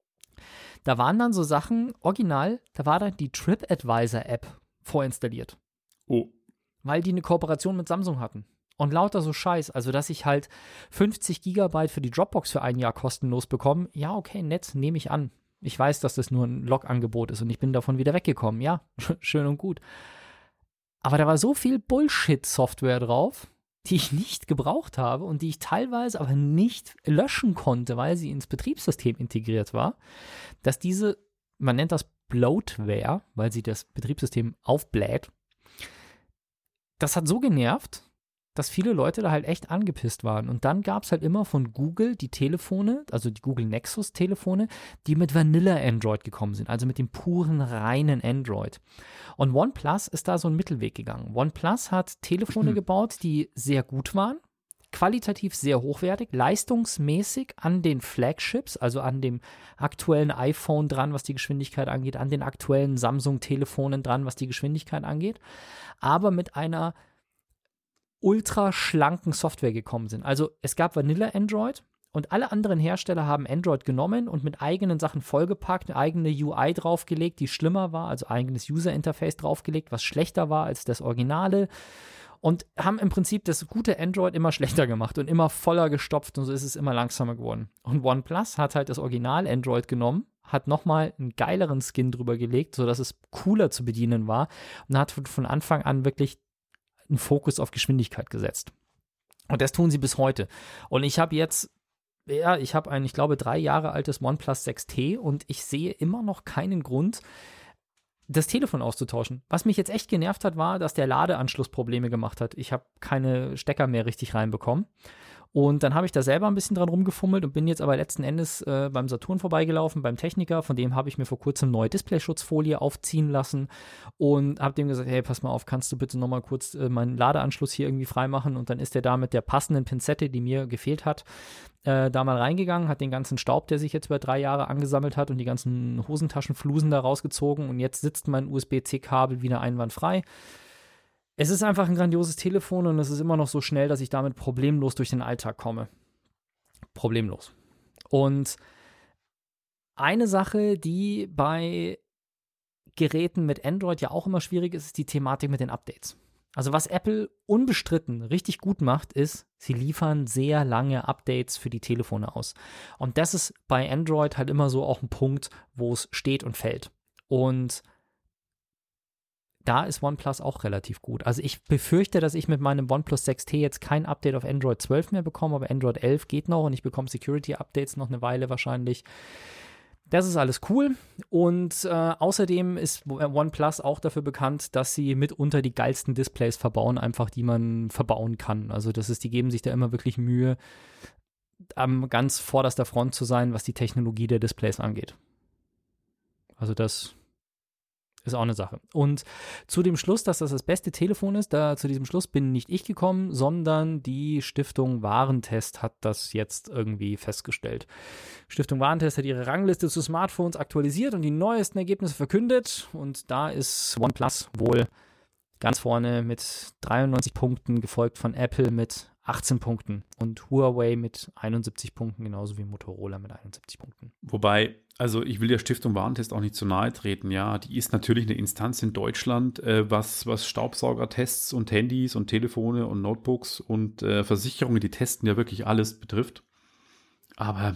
da waren dann so Sachen, original, da war dann die TripAdvisor-App vorinstalliert, Oh, weil die eine Kooperation mit Samsung hatten. Und lauter so Scheiß, also dass ich halt fünfzig Gigabyte für die Dropbox für ein Jahr kostenlos bekomme, ja, okay, nett, nehme ich an. Ich weiß, dass das nur ein Log-Angebot ist und ich bin davon wieder weggekommen, ja, schön und gut. Aber da war so viel Bullshit-Software drauf, die ich nicht gebraucht habe und die ich teilweise aber nicht löschen konnte, weil sie ins Betriebssystem integriert war, dass diese, man nennt das Bloatware, weil sie das Betriebssystem aufbläht, das hat so genervt, dass viele Leute da halt echt angepisst waren. Und dann gab es halt immer von Google die Telefone, also die Google Nexus-Telefone, die mit Vanilla Android gekommen sind, also mit dem puren, reinen Android. Und OnePlus ist da so einen Mittelweg gegangen. OnePlus hat Telefone gebaut, die sehr gut waren, qualitativ sehr hochwertig, leistungsmäßig an den Flagships, also an dem aktuellen iPhone dran, was die Geschwindigkeit angeht, an den aktuellen Samsung-Telefonen dran, was die Geschwindigkeit angeht, aber mit einer ultra schlanken Software gekommen sind. Also es gab Vanilla Android und alle anderen Hersteller haben Android genommen und mit eigenen Sachen vollgepackt, eine eigene U I draufgelegt, die schlimmer war, also eigenes User Interface draufgelegt, was schlechter war als das Originale und haben im Prinzip das gute Android immer schlechter gemacht und immer voller gestopft und so ist es immer langsamer geworden. Und OnePlus hat halt das Original Android genommen, hat nochmal einen geileren Skin drüber gelegt, sodass es cooler zu bedienen war und hat von Anfang an wirklich einen Fokus auf Geschwindigkeit gesetzt. Und das tun sie bis heute. Und ich habe jetzt, ja, ich habe ein, ich glaube, drei Jahre altes OnePlus sechs T und ich sehe immer noch keinen Grund, das Telefon auszutauschen. Was mich jetzt echt genervt hat, war, dass der Ladeanschluss Probleme gemacht hat. Ich habe keine Stecker mehr richtig reinbekommen. Und dann habe ich da selber ein bisschen dran rumgefummelt und bin jetzt aber letzten Endes äh, beim Saturn vorbeigelaufen, beim Techniker, von dem habe ich mir vor kurzem neue Displayschutzfolie aufziehen lassen und habe dem gesagt, hey, pass mal auf, kannst du bitte nochmal kurz äh, meinen Ladeanschluss hier irgendwie freimachen? Und dann ist der da mit der passenden Pinzette, die mir gefehlt hat, äh, da mal reingegangen, hat den ganzen Staub, der sich jetzt über drei Jahre angesammelt hat und die ganzen Hosentaschenflusen da rausgezogen und jetzt sitzt mein U S B C Kabel wieder einwandfrei. Es ist einfach ein grandioses Telefon und es ist immer noch so schnell, dass ich damit problemlos durch den Alltag komme. Problemlos. Und eine Sache, die bei Geräten mit Android ja auch immer schwierig ist, ist die Thematik mit den Updates. Also was Apple unbestritten richtig gut macht, ist, sie liefern sehr lange Updates für die Telefone aus. Und das ist bei Android halt immer so auch ein Punkt, wo es steht und fällt. Und da ist OnePlus auch relativ gut. Also ich befürchte, dass ich mit meinem OnePlus sechs T jetzt kein Update auf Android zwölf mehr bekomme, aber Android elf geht noch und ich bekomme Security-Updates noch eine Weile wahrscheinlich. Das ist alles cool und äh, außerdem ist OnePlus auch dafür bekannt, dass sie mitunter die geilsten Displays verbauen, einfach die man verbauen kann. Also das ist, die geben sich da immer wirklich Mühe, am ganz vorderster Front zu sein, was die Technologie der Displays angeht. Also das ist auch eine Sache. Und zu dem Schluss, dass das das beste Telefon ist, da zu diesem Schluss bin nicht ich gekommen, sondern die Stiftung Warentest hat das jetzt irgendwie festgestellt. Stiftung Warentest hat ihre Rangliste zu Smartphones aktualisiert und die neuesten Ergebnisse verkündet. Und da ist OnePlus wohl ganz vorne mit dreiundneunzig Punkten, gefolgt von Apple mit achtzehn Punkten und Huawei mit einundsiebzig Punkten, genauso wie Motorola mit einundsiebzig Punkten. Wobei, also ich will der Stiftung Warentest auch nicht zu nahe treten, ja, die ist natürlich eine Instanz in Deutschland, äh, was, was Staubsaugertests und Handys und Telefone und Notebooks und äh, Versicherungen, die testen ja wirklich alles betrifft. Aber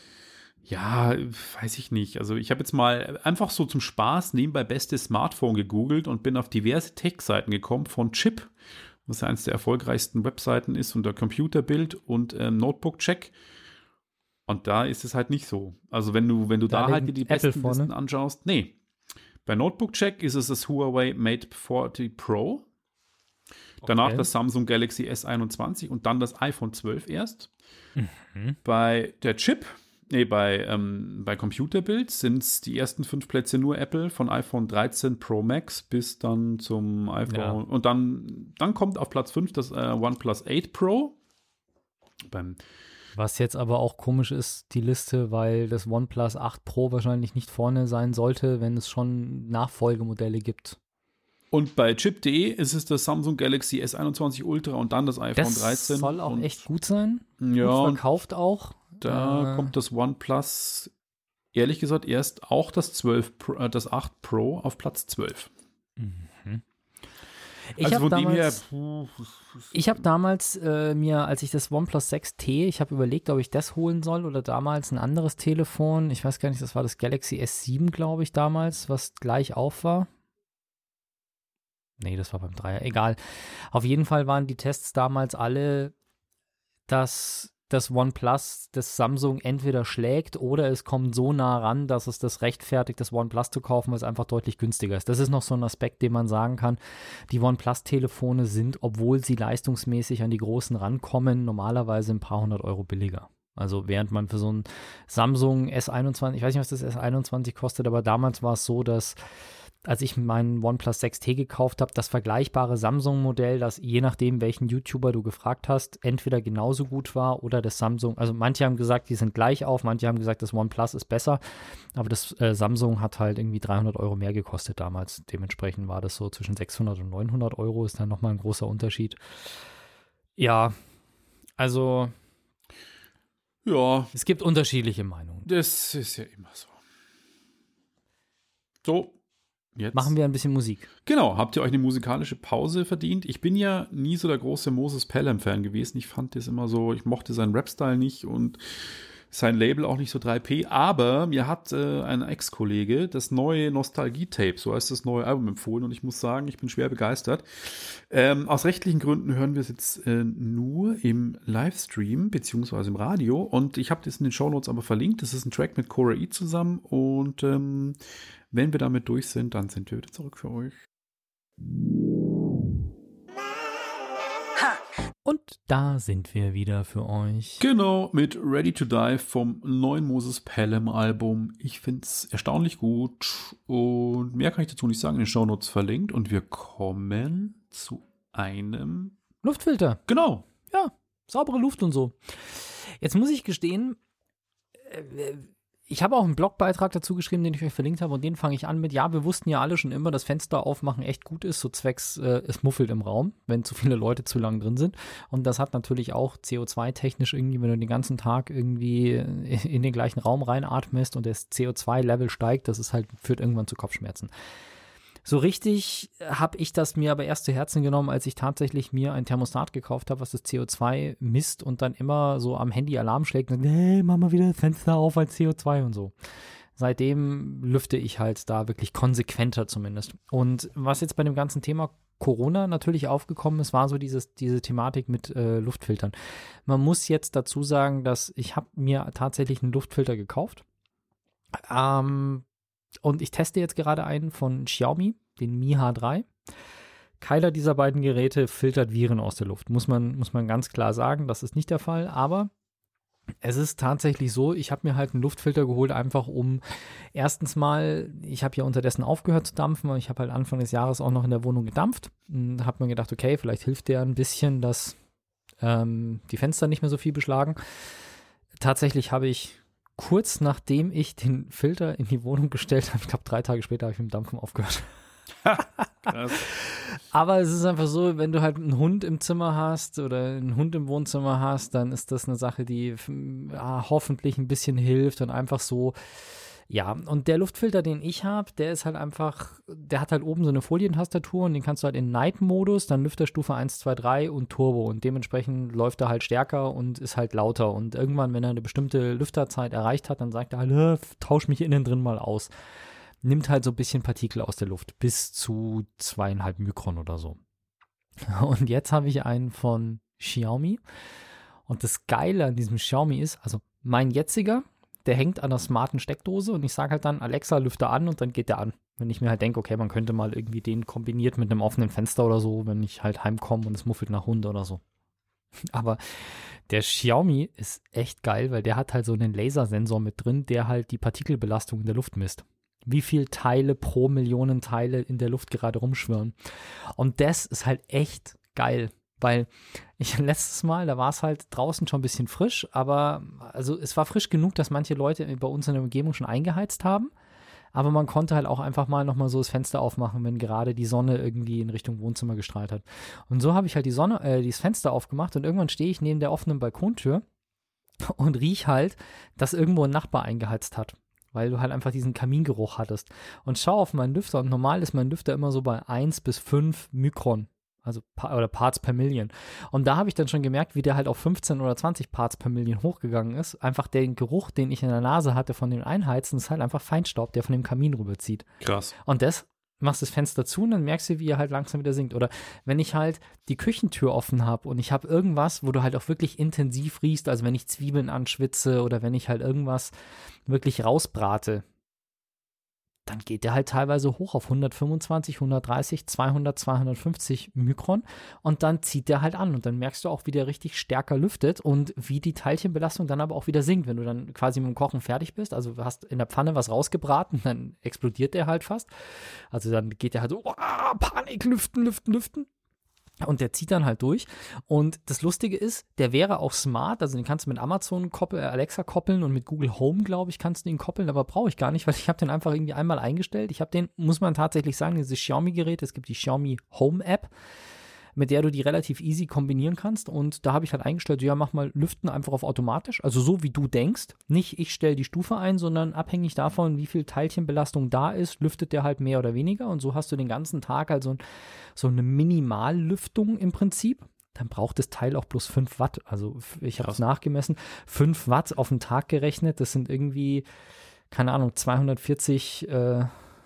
ja, weiß ich nicht. Also ich habe jetzt mal einfach so zum Spaß nebenbei bestes Smartphone gegoogelt und bin auf diverse Tech-Seiten gekommen von Chip, was eines der erfolgreichsten Webseiten ist unter Computerbild und ähm, Notebook-Check. Und da ist es halt nicht so. Also wenn du, wenn du da, da halt dir die Apple besten vorne. Listen anschaust, nee. Bei Notebook-Check ist es das Huawei Mate vierzig Pro. Danach Okay. das Samsung Galaxy S einundzwanzig und dann das iPhone zwölf erst. Mhm. Bei der Chip, nee, bei, ähm, bei Computerbild sind es die ersten fünf Plätze nur Apple, von iPhone dreizehn Pro Max bis dann zum iPhone. Ja. Und dann, dann kommt auf Platz fünf das äh, OnePlus acht Pro. Beim Was jetzt aber auch komisch ist, die Liste, weil das OnePlus acht Pro wahrscheinlich nicht vorne sein sollte, wenn es schon Nachfolgemodelle gibt. Und bei chip punkt de ist es das Samsung Galaxy S einundzwanzig Ultra und dann das iPhone Das dreizehn. soll auch und echt gut sein. Ja, Gut und verkauft auch. da Äh, kommt das OnePlus, ehrlich gesagt, erst auch das zwölf Pro, äh, das acht Pro auf Platz zwölf. Mhm. Ich also habe von dem her, damals, puh, ich hab damals äh, mir, als ich das OnePlus sechs T, ich habe überlegt, ob ich das holen soll oder damals ein anderes Telefon. Ich weiß gar nicht, das war das Galaxy S sieben, glaube ich, damals, was gleich auf war. Nee, das war beim Dreier. Egal. Auf jeden Fall waren die Tests damals alle, dass das OnePlus das Samsung entweder schlägt oder es kommt so nah ran, dass es das rechtfertigt, das OnePlus zu kaufen, weil es einfach deutlich günstiger ist. Das ist noch so ein Aspekt, den man sagen kann. Die OnePlus-Telefone sind, obwohl sie leistungsmäßig an die großen rankommen, normalerweise ein paar hundert Euro billiger. Also während man für so ein Samsung S einundzwanzig, ich weiß nicht, was das S einundzwanzig kostet, aber damals war es so, dass als ich meinen OnePlus sechs T gekauft habe, das vergleichbare Samsung-Modell, das je nachdem, welchen YouTuber du gefragt hast, entweder genauso gut war oder das Samsung, also manche haben gesagt, die sind gleich auf, manche haben gesagt, das OnePlus ist besser, aber das äh, Samsung hat halt irgendwie dreihundert Euro mehr gekostet damals. Dementsprechend war das so zwischen sechshundert und neunhundert Euro, ist dann nochmal ein großer Unterschied. Ja, also ja, es gibt unterschiedliche Meinungen. das ist ja immer so. So. Jetzt. Machen wir ein bisschen Musik. Genau, habt ihr euch eine musikalische Pause verdient? Ich bin ja nie so der große Moses Pelham-Fan gewesen. Ich fand das immer so, ich mochte seinen Rap-Style nicht und sein Label auch nicht so drei P. Aber mir hat äh, ein Ex-Kollege das neue Nostalgie-Tape, so heißt das neue Album, empfohlen. Und ich muss sagen, ich bin schwer begeistert. Ähm, aus rechtlichen Gründen hören wir es jetzt äh, nur im Livestream, beziehungsweise im Radio. Und ich habe das in den Shownotes aber verlinkt. Das ist ein Track mit Cora E zusammen. Und ähm, wenn wir damit durch sind, dann sind wir wieder zurück für euch. Und da sind wir wieder für euch. Genau, mit Ready to Die vom neuen Moses Pelham Album. Ich finde es erstaunlich gut und mehr kann ich dazu nicht sagen, in den Shownotes verlinkt. Und wir kommen zu einem Luftfilter. Genau. Ja, saubere Luft und so. Jetzt muss ich gestehen, äh, ich habe auch einen Blogbeitrag dazu geschrieben, den ich euch verlinkt habe, und den fange ich an mit, ja, wir wussten ja alle schon immer, dass Fenster aufmachen echt gut ist, so zwecks, äh, es muffelt im Raum, wenn zu viele Leute zu lang drin sind. Und das hat natürlich auch C O zwei technisch irgendwie, wenn du den ganzen Tag irgendwie in den gleichen Raum reinatmest und das C O zwei Level steigt, das ist halt, führt irgendwann zu Kopfschmerzen. So richtig habe ich das mir aber erst zu Herzen genommen, als ich tatsächlich mir ein Thermostat gekauft habe, was das C O zwei misst und dann immer so am Handy Alarm schlägt und sagt, hey, mach mal wieder das Fenster auf als C O zwei und so. Seitdem lüfte ich halt da wirklich konsequenter zumindest. Und was jetzt bei dem ganzen Thema Corona natürlich aufgekommen ist, war so dieses, diese Thematik mit äh, Luftfiltern. Man muss jetzt dazu sagen, dass ich habe mir tatsächlich einen Luftfilter gekauft. Ähm, Und ich teste jetzt gerade einen von Xiaomi, den Mi H drei. Keiner dieser beiden Geräte filtert Viren aus der Luft. Muss man, muss man ganz klar sagen, das ist nicht der Fall. Aber es ist tatsächlich so, ich habe mir halt einen Luftfilter geholt, einfach um erstens mal, ich habe ja unterdessen aufgehört zu dampfen, und ich habe halt Anfang des Jahres auch noch in der Wohnung gedampft. Und habe mir gedacht, okay, vielleicht hilft der ein bisschen, dass ähm, die Fenster nicht mehr so viel beschlagen. Tatsächlich habe ich kurz nachdem ich den Filter in die Wohnung gestellt habe, ich glaube drei Tage später habe ich mit dem Dampfen aufgehört. Krass. Aber es ist einfach so, wenn du halt einen Hund im Zimmer hast oder einen Hund im Wohnzimmer hast, dann ist das eine Sache, die ja, hoffentlich ein bisschen hilft und einfach so. Ja, und der Luftfilter, den ich habe, der ist halt einfach, der hat halt oben so eine Folientastatur und den kannst du halt in Night-Modus, dann Lüfterstufe eins, zwei, drei und Turbo, und dementsprechend läuft er halt stärker und ist halt lauter, und irgendwann, wenn er eine bestimmte Lüfterzeit erreicht hat, dann sagt er halt, tausch mich innen drin mal aus. Nimmt halt so ein bisschen Partikel aus der Luft, bis zu zweieinhalb Mikron oder so. Und jetzt habe ich einen von Xiaomi, und das Geile an diesem Xiaomi ist, also mein jetziger, der hängt an der smarten Steckdose, und ich sage halt dann, Alexa, lüfte an, und dann geht der an. Wenn ich mir halt denke, okay, man könnte mal irgendwie den kombiniert mit einem offenen Fenster oder so, wenn ich halt heimkomme und es muffelt nach Hund oder so. Aber der Xiaomi ist echt geil, weil der hat halt so einen Lasersensor mit drin, der halt die Partikelbelastung in der Luft misst. Wie viel Teile pro Millionen Teile in der Luft gerade rumschwirren. Und das ist halt echt geil. Weil ich letztes Mal, da war es halt draußen schon ein bisschen frisch, aber also es war frisch genug, dass manche Leute bei uns in der Umgebung schon eingeheizt haben, aber man konnte halt auch einfach mal nochmal so das Fenster aufmachen, wenn gerade die Sonne irgendwie in Richtung Wohnzimmer gestrahlt hat. Und so habe ich halt die Sonne, äh, dieses Fenster aufgemacht, und irgendwann stehe ich neben der offenen Balkontür und riech halt, dass irgendwo ein Nachbar eingeheizt hat, weil du halt einfach diesen Kamingeruch hattest. Und schau auf meinen Lüfter, und normal ist mein Lüfter immer so bei eins bis fünf Mikron. also pa- oder Parts per Million. Und da habe ich dann schon gemerkt, wie der halt auf fünfzehn oder zwanzig Parts per Million hochgegangen ist. Einfach den Geruch, den ich in der Nase hatte von dem Einheizen, ist halt einfach Feinstaub, der von dem Kamin rüberzieht. Krass. Und das machst das Fenster zu und dann merkst du, wie er halt langsam wieder sinkt. Oder wenn ich halt die Küchentür offen habe und ich habe irgendwas, wo du halt auch wirklich intensiv riechst, also wenn ich Zwiebeln anschwitze oder wenn ich halt irgendwas wirklich rausbrate, dann geht der halt teilweise hoch auf hundertfünfundzwanzig, hundertdreißig, zweihundert, zweihundertfünfzig Mikron und dann zieht der halt an und dann merkst du auch, wie der richtig stärker lüftet und wie die Teilchenbelastung dann aber auch wieder sinkt, wenn du dann quasi mit dem Kochen fertig bist, also du hast in der Pfanne was rausgebraten, dann explodiert der halt fast, also dann geht der halt so, oh, Panik, lüften, lüften, lüften. Und der zieht dann halt durch. Und das Lustige ist, der wäre auch smart. Also den kannst du mit Amazon koppeln, äh, Alexa koppeln und mit Google Home, glaube ich, kannst du ihn koppeln. Aber brauche ich gar nicht, weil ich habe den einfach irgendwie einmal eingestellt. Ich habe den, muss man tatsächlich sagen, dieses Xiaomi-Gerät, es gibt die Xiaomi Home App, mit der du die relativ easy kombinieren kannst. Und da habe ich halt eingestellt, ja, mach mal Lüften einfach auf automatisch. Also so, wie du denkst. Nicht, ich stelle die Stufe ein, sondern abhängig davon, wie viel Teilchenbelastung da ist, lüftet der halt mehr oder weniger. Und so hast du den ganzen Tag also so eine Minimallüftung im Prinzip. Dann braucht das Teil auch bloß fünf Watt. Also ich habe es nachgemessen. fünf Watt auf den Tag gerechnet. Das sind irgendwie, keine Ahnung, zweihundertvierzig äh,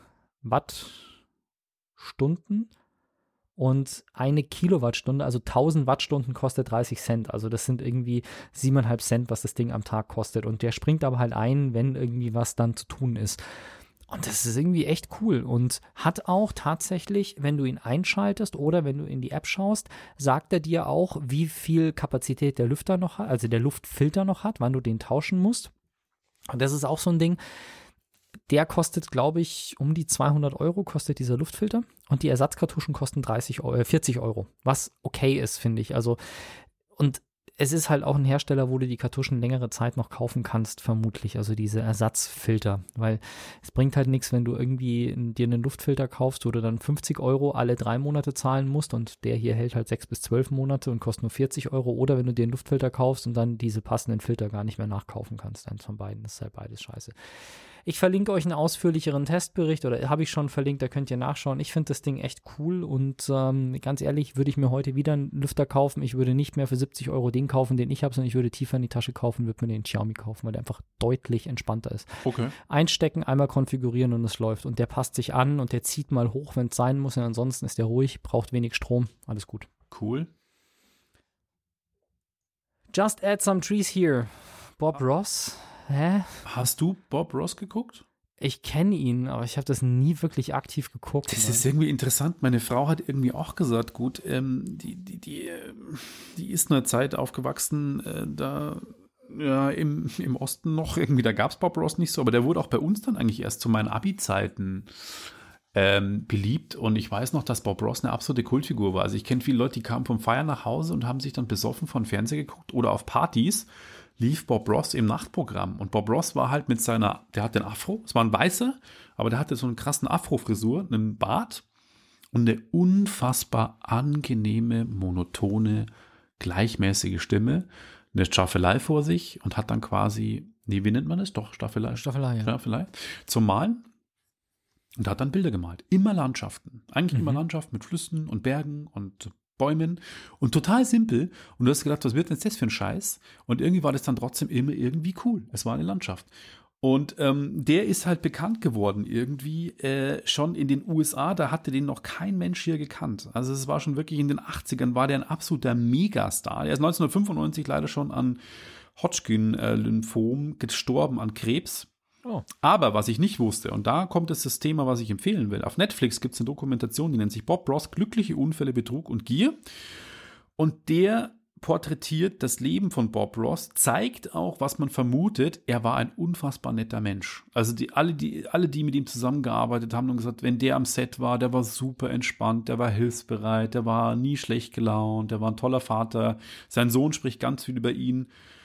Wattstunden. Und eine Kilowattstunde, also tausend Wattstunden kostet dreißig Cent. Also das sind irgendwie siebeneinhalb Cent, was das Ding am Tag kostet. Und der springt aber halt ein, wenn irgendwie was dann zu tun ist. Und das ist irgendwie echt cool und hat auch tatsächlich, wenn du ihn einschaltest oder wenn du in die App schaust, sagt er dir auch, wie viel Kapazität der Lüfter noch hat, also der Luftfilter noch hat, wann du den tauschen musst. Und das ist auch so ein Ding, der kostet, glaube ich, um die zweihundert Euro kostet dieser Luftfilter und die Ersatzkartuschen kosten dreißig Euro, vierzig Euro, was okay ist, finde ich. Also, und es ist halt auch ein Hersteller, wo du die Kartuschen längere Zeit noch kaufen kannst, vermutlich, also diese Ersatzfilter, weil es bringt halt nichts, wenn du irgendwie dir einen Luftfilter kaufst, wo du dann fünfzig Euro alle drei Monate zahlen musst und der hier hält halt sechs bis zwölf Monate und kostet nur vierzig Euro, oder wenn du dir einen Luftfilter kaufst und dann diese passenden Filter gar nicht mehr nachkaufen kannst, eins von beiden, das ist halt beides scheiße. Ich verlinke euch einen ausführlicheren Testbericht, oder habe ich schon verlinkt, da könnt ihr nachschauen. Ich finde das Ding echt cool und ähm, ganz ehrlich, würde ich mir heute wieder einen Lüfter kaufen. Ich würde nicht mehr für siebzig Euro den kaufen, den ich habe, sondern ich würde tiefer in die Tasche kaufen, würde mir den Xiaomi kaufen, weil der einfach deutlich entspannter ist. Okay. Einstecken, einmal konfigurieren und es läuft. Und der passt sich an und der zieht mal hoch, wenn es sein muss. Und ansonsten ist der ruhig, braucht wenig Strom, alles gut. Cool. Just add some trees here. Bob Ross. Hä? Hast du Bob Ross geguckt? Ich kenne ihn, aber ich habe das nie wirklich aktiv geguckt. Das ne? ist irgendwie interessant. Meine Frau hat irgendwie auch gesagt, gut, ähm, die, die, die, äh, die ist in einer Zeit aufgewachsen, äh, da ja, im, im Osten noch, irgendwie, da gab es Bob Ross nicht so, aber der wurde auch bei uns dann eigentlich erst zu meinen Abi-Zeiten ähm, beliebt. Und ich weiß noch, dass Bob Ross eine absolute Kultfigur war. Also ich kenne viele Leute, die kamen vom Feiern nach Hause und haben sich dann besoffen vor den Fernseher geguckt oder auf Partys lief Bob Ross im Nachtprogramm. Und Bob Ross war halt mit seiner, der hat den Afro, es war ein Weißer, aber der hatte so einen krassen Afro-Frisur, einen Bart und eine unfassbar angenehme, monotone, gleichmäßige Stimme, eine Staffelei vor sich und hat dann quasi, nee, wie nennt man das? Doch, Staffelei. Staffelei, ja. Staffelei. Zum Malen. Und hat dann Bilder gemalt. Immer Landschaften. Eigentlich Mhm. immer Landschaften mit Flüssen und Bergen und Bäumen und total simpel. Und du hast gedacht, was wird denn jetzt das für ein Scheiß? Und irgendwie war das dann trotzdem immer irgendwie cool. Es war eine Landschaft. Und ähm, der ist halt bekannt geworden irgendwie äh, schon in den U S A. Da hatte den noch kein Mensch hier gekannt. Also es war schon wirklich in den achtzigern war der ein absoluter Megastar. Er ist neunzehnhundertfünfundneunzig leider schon an Hodgkin-Lymphom gestorben, an Krebs. Oh. Aber was ich nicht wusste, und da kommt jetzt das Thema, was ich empfehlen will. Auf Netflix gibt es eine Dokumentation, die nennt sich Bob Ross, Glückliche Unfälle, Betrug und Gier. Und der porträtiert das Leben von Bob Ross, zeigt auch, was man vermutet, er war ein unfassbar netter Mensch. Also die, alle, die, alle, die mit ihm zusammengearbeitet haben, haben gesagt, wenn der am Set war, der war super entspannt, der war hilfsbereit, der war nie schlecht gelaunt, der war ein toller Vater. Sein Sohn spricht ganz viel über ihn.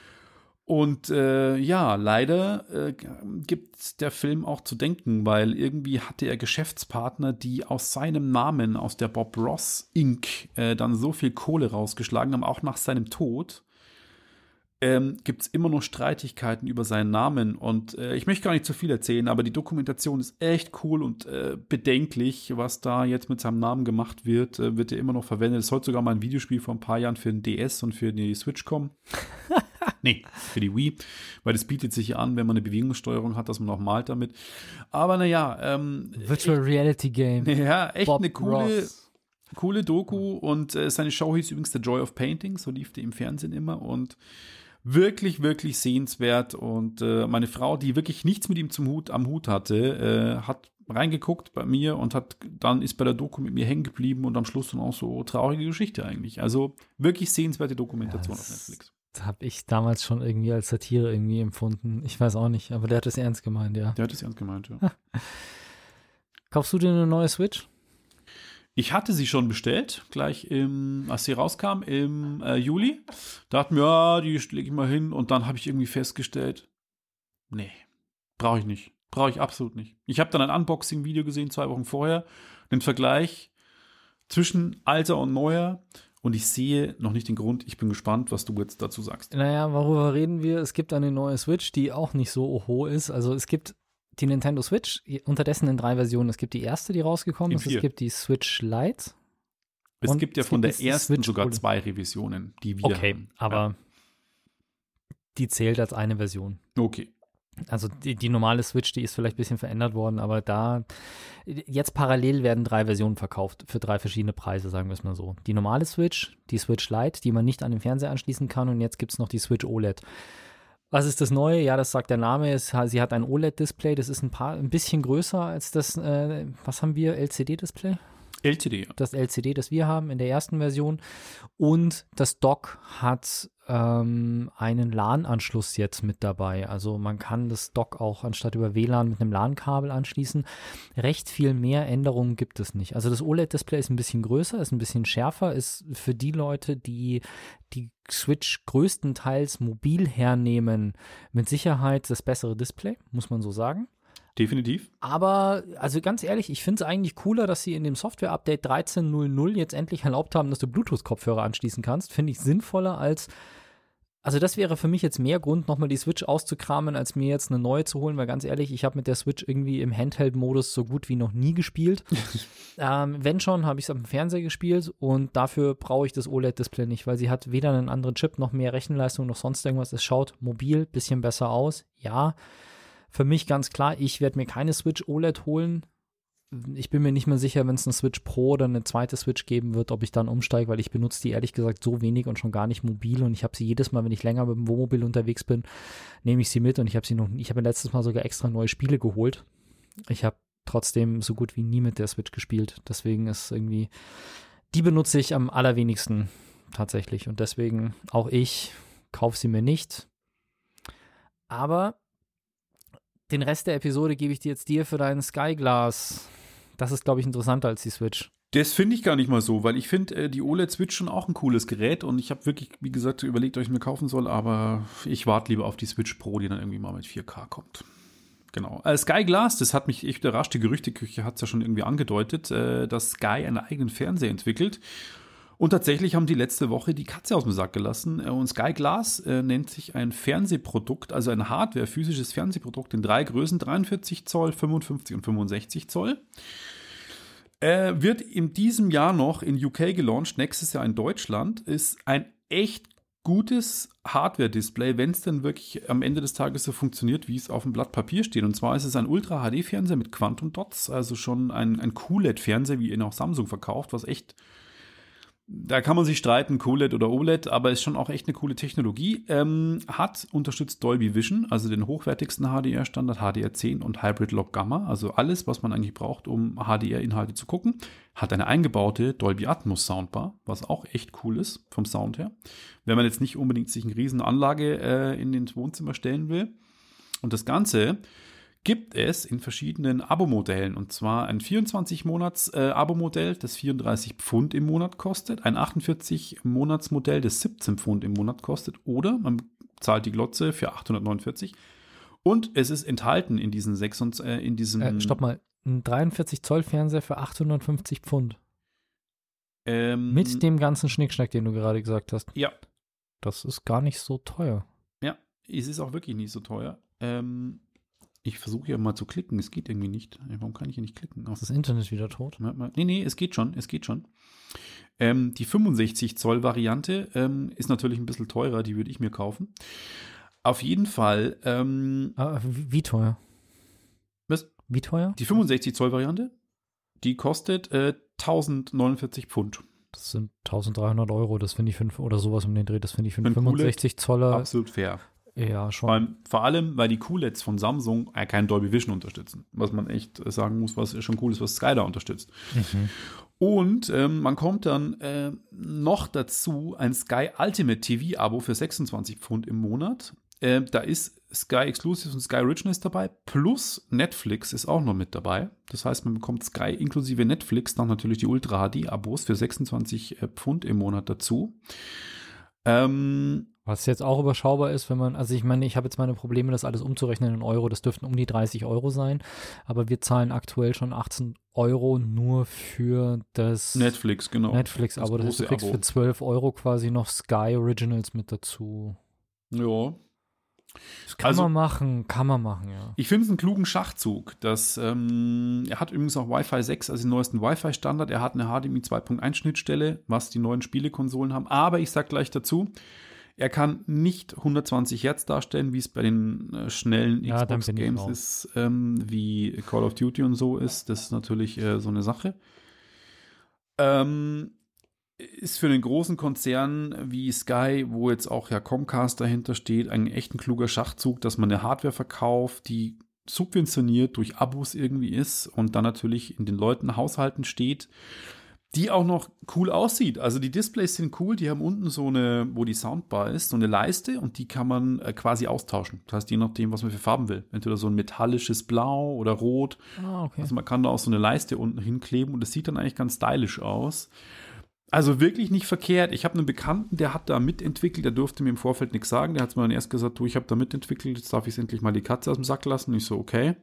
Und äh, ja, leider äh, gibt der Film auch zu denken, weil irgendwie hatte er Geschäftspartner, die aus seinem Namen, aus der Bob Ross Incorporated, äh, dann so viel Kohle rausgeschlagen haben, auch nach seinem Tod, ähm, gibt es immer noch Streitigkeiten über seinen Namen. Und äh, ich möchte gar nicht zu viel erzählen, aber die Dokumentation ist echt cool und äh, bedenklich, was da jetzt mit seinem Namen gemacht wird. Äh, wird ja immer noch verwendet. Es sollte sogar mal ein Videospiel vor ein paar Jahren für den D S und für die Switch kommen. Nee, für die Wii, weil das bietet sich ja an, wenn man eine Bewegungssteuerung hat, dass man auch malt damit. Aber naja, ähm, Virtual echt, Reality Game. Ja, echt Bob eine coole, Ross. coole Doku und äh, seine Show hieß übrigens The Joy of Painting, so lief die im Fernsehen immer und wirklich, wirklich sehenswert und äh, meine Frau, die wirklich nichts mit ihm zum Hut, am Hut hatte, äh, hat reingeguckt bei mir und hat dann ist bei der Doku mit mir hängen geblieben und am Schluss dann auch so traurige Geschichte eigentlich. Also wirklich sehenswerte Dokumentation yes. auf Netflix. Das habe ich damals schon irgendwie als Satire irgendwie empfunden. Ich weiß auch nicht, aber der hat es ernst gemeint, ja. Der hat es ernst gemeint, ja. Kaufst du dir eine neue Switch? Ich hatte sie schon bestellt, gleich im, als sie rauskam, im äh, Juli. Dachte mir, ja, die lege ich mal hin. Und dann habe ich irgendwie festgestellt, nee, brauche ich nicht. Brauche ich absolut nicht. Ich habe dann ein Unboxing-Video gesehen, zwei Wochen vorher, den Vergleich zwischen alter und neuer. Und ich sehe noch nicht den Grund. Ich bin gespannt, was du jetzt dazu sagst. Naja, worüber reden wir? Es gibt eine neue Switch, die auch nicht so oho ist. Also es gibt die Nintendo Switch, unterdessen in drei Versionen. Es gibt die erste, die rausgekommen ist. Es gibt die Switch Lite. Es gibt ja von gibt der ersten sogar zwei Revisionen, die wir Okay, haben. aber ja. die zählt als eine Version. Okay. Also die, die normale Switch, die ist vielleicht ein bisschen verändert worden, aber da, jetzt parallel werden drei Versionen verkauft für drei verschiedene Preise, sagen wir es mal so. Die normale Switch, die Switch Lite, die man nicht an den Fernseher anschließen kann und jetzt gibt es noch die Switch O L E D. Was ist das Neue? Ja, das sagt der Name. Es, sie hat ein O L E D-Display, das ist ein, paar, ein bisschen größer als das, äh, was haben wir, L C D-Display? L C D, ja. Das L C D, das wir haben in der ersten Version. Und das Dock hat ähm, einen LAN-Anschluss jetzt mit dabei. Also man kann das Dock auch anstatt über W L A N mit einem LAN-Kabel anschließen. Recht viel mehr Änderungen gibt es nicht. Also das O L E D-Display ist ein bisschen größer, ist ein bisschen schärfer, ist für die Leute, die die Switch größtenteils mobil hernehmen, mit Sicherheit das bessere Display, muss man so sagen. Definitiv. Aber, also ganz ehrlich, ich finde es eigentlich cooler, dass sie in dem Software-Update dreizehn Punkt null null jetzt endlich erlaubt haben, dass du Bluetooth-Kopfhörer anschließen kannst. Finde ich sinnvoller als, also das wäre für mich jetzt mehr Grund, nochmal die Switch auszukramen, als mir jetzt eine neue zu holen, weil ganz ehrlich, ich habe mit der Switch irgendwie im Handheld-Modus so gut wie noch nie gespielt. ähm, wenn schon, habe ich es auf dem Fernseher gespielt und dafür brauche ich das O L E D-Display nicht, weil sie hat weder einen anderen Chip, noch mehr Rechenleistung, noch sonst irgendwas. Es schaut mobil, bisschen besser aus, ja. Für mich ganz klar, ich werde mir keine Switch O L E D holen. Ich bin mir nicht mehr sicher, wenn es eine Switch Pro oder eine zweite Switch geben wird, ob ich dann umsteige, weil ich benutze die ehrlich gesagt so wenig und schon gar nicht mobil und ich habe sie jedes Mal, wenn ich länger mit dem Wohnmobil unterwegs bin, nehme ich sie mit und ich habe sie noch, ich habe mir letztes Mal sogar extra neue Spiele geholt. Ich habe trotzdem so gut wie nie mit der Switch gespielt. Deswegen ist irgendwie, die benutze ich am allerwenigsten tatsächlich und deswegen auch ich kaufe sie mir nicht. Aber den Rest der Episode gebe ich dir jetzt dir für dein Skyglass. Das ist, glaube ich, interessanter als die Switch. Das finde ich gar nicht mal so, weil ich finde äh, die O L E D-Switch schon auch ein cooles Gerät und ich habe wirklich, wie gesagt, überlegt, ob ich mir kaufen soll, aber ich warte lieber auf die Switch Pro, die dann irgendwie mal mit vier K kommt. Genau. Äh, Skyglass, das hat mich echt überrascht. Die Gerüchteküche hat es ja schon irgendwie angedeutet, äh, dass Sky einen eigenen Fernseher entwickelt. Und tatsächlich haben die letzte Woche die Katze aus dem Sack gelassen. Und Sky Glass äh, nennt sich ein Fernsehprodukt, also ein Hardware, physisches Fernsehprodukt in drei Größen, dreiundvierzig Zoll, fünfundfünfzig und fünfundsechzig Zoll. Äh, wird in diesem Jahr noch in U K gelauncht, nächstes Jahr in Deutschland. Ist ein echt gutes Hardware-Display, wenn es denn wirklich am Ende des Tages so funktioniert, wie es auf dem Blatt Papier steht. Und zwar ist es ein Ultra-H D-Fernseher mit Quantum Dots, also schon ein, ein Q L E D-Fernseher, wie ihn auch Samsung verkauft, was echt, da kann man sich streiten, Q L E D oder O L E D, aber ist schon auch echt eine coole Technologie. Ähm, hat unterstützt Dolby Vision, also den hochwertigsten H D R-Standard, H D R zehn und Hybrid Log Gamma, also alles, was man eigentlich braucht, um H D R-Inhalte zu gucken. Hat eine eingebaute Dolby Atmos Soundbar, was auch echt cool ist vom Sound her. Wenn man jetzt nicht unbedingt sich eine riesen Anlage äh, in den Wohnzimmer stellen will. Und das Ganze gibt es in verschiedenen Abo-Modellen. Und zwar ein vierundzwanzig-Monats-Abo-Modell, das vierunddreißig Pfund im Monat kostet. Ein achtundvierzig-Monats-Modell, das siebzehn Pfund im Monat kostet. Oder man zahlt die Glotze für achthundertneunundvierzig. Und es ist enthalten in diesen sechs und äh, in diesem. Äh, stopp mal, ein dreiundvierzig Zoll Fernseher für achthundertfünfzig Pfund. Ähm, Mit dem ganzen Schnickschnack, den du gerade gesagt hast. Ja. Das ist gar nicht so teuer. es ist auch wirklich nicht so teuer. Ähm, ich versuche ja mal zu klicken, es geht irgendwie nicht. Warum kann ich hier nicht klicken? Ist das Internet wieder tot? Nee, nee, es geht schon, es geht schon. Ähm, die fünfundsechzig Zoll Variante ähm, ist natürlich ein bisschen teurer, die würde ich mir kaufen. Auf jeden Fall. Ähm, ah, wie, wie teuer? Was? Wie teuer? Die fünfundsechzig Zoll Variante, die kostet äh, tausendneunundvierzig Pfund. Das sind dreizehnhundert Euro, das finde ich für, oder sowas um den Dreh, das finde ich für einen Für ein fünfundsechzig Zoller. Absolut fair. Ja, schon. Vor allem, vor allem, weil die Q L E Ds von Samsung äh, kein Dolby Vision unterstützen. Was man echt sagen muss, was schon cool ist, was Sky da unterstützt. Mhm. Und ähm, man kommt dann äh, noch dazu ein Sky Ultimate T V-Abo für sechsundzwanzig Pfund im Monat. Äh, da ist Sky Exclusive und Sky Originals dabei, plus Netflix ist auch noch mit dabei. Das heißt, man bekommt Sky inklusive Netflix, dann natürlich die Ultra H D-Abos für sechsundzwanzig Pfund im Monat dazu. Ähm, Was jetzt auch überschaubar ist, wenn man, also ich meine, ich habe jetzt meine Probleme, das alles umzurechnen in Euro, das dürften um die dreißig Euro sein, aber wir zahlen aktuell schon achtzehn Euro nur für das Netflix, genau. Netflix, aber das, das heißt, du kriegst Abo. für zwölf Euro quasi noch Sky Originals mit dazu. Ja. Das kann also, man machen, kann man machen, ja. Ich finde es einen klugen Schachzug. Das, ähm, er hat übrigens auch Wi-Fi sechs, also den neuesten Wi-Fi-Standard. Er hat eine H D M I zwei Punkt eins Schnittstelle, was die neuen Spielekonsolen haben. Aber ich sage gleich dazu, er kann nicht hundertzwanzig Hertz darstellen, wie es bei den äh, schnellen ja, Xbox-Games ist, ähm, wie Call of Duty und so ist. Das ist natürlich äh, so eine Sache. Ähm, ist für einen großen Konzern wie Sky, wo jetzt auch ja Comcast dahinter steht, ein echt ein kluger Schachzug, dass man eine Hardware verkauft, die subventioniert durch Abos irgendwie ist und dann natürlich in den Leuten Haushalten steht, die auch noch cool aussieht. Also die Displays sind cool, die haben unten so eine, wo die Soundbar ist, so eine Leiste und die kann man äh, quasi austauschen. Das heißt, je nachdem, was man für Farben will. Entweder so ein metallisches Blau oder Rot. Ah, okay. Also man kann da auch so eine Leiste unten hinkleben und das sieht dann eigentlich ganz stylisch aus. Also wirklich nicht verkehrt. Ich habe einen Bekannten, der hat da mitentwickelt, der durfte mir im Vorfeld nichts sagen. Der hat mir dann erst gesagt, du, ich habe da mitentwickelt, jetzt darf ich endlich mal die Katze aus dem Sack lassen. Und ich so, okay.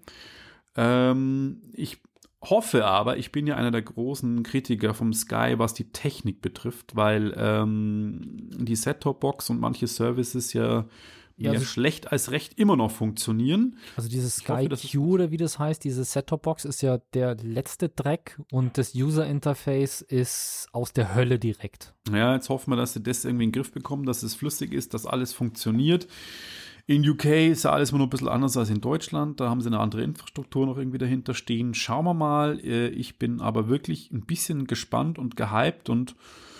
Ähm, ich hoffe aber, ich bin ja einer der großen Kritiker vom Sky, was die Technik betrifft, weil ähm, die Set-Top-Box und manche Services ja mehr also, schlecht als recht immer noch funktionieren. Also dieses Sky Q oder wie das heißt, diese Set-Top-Box ist ja der letzte Dreck und das User-Interface ist aus der Hölle direkt. Ja, jetzt hoffen wir, dass sie das irgendwie in den Griff bekommen, dass es flüssig ist, dass alles funktioniert. In U K ist ja alles immer noch ein bisschen anders als in Deutschland. Da haben sie eine andere Infrastruktur noch irgendwie dahinter stehen. Schauen wir mal. Ich bin aber wirklich ein bisschen gespannt und gehypt und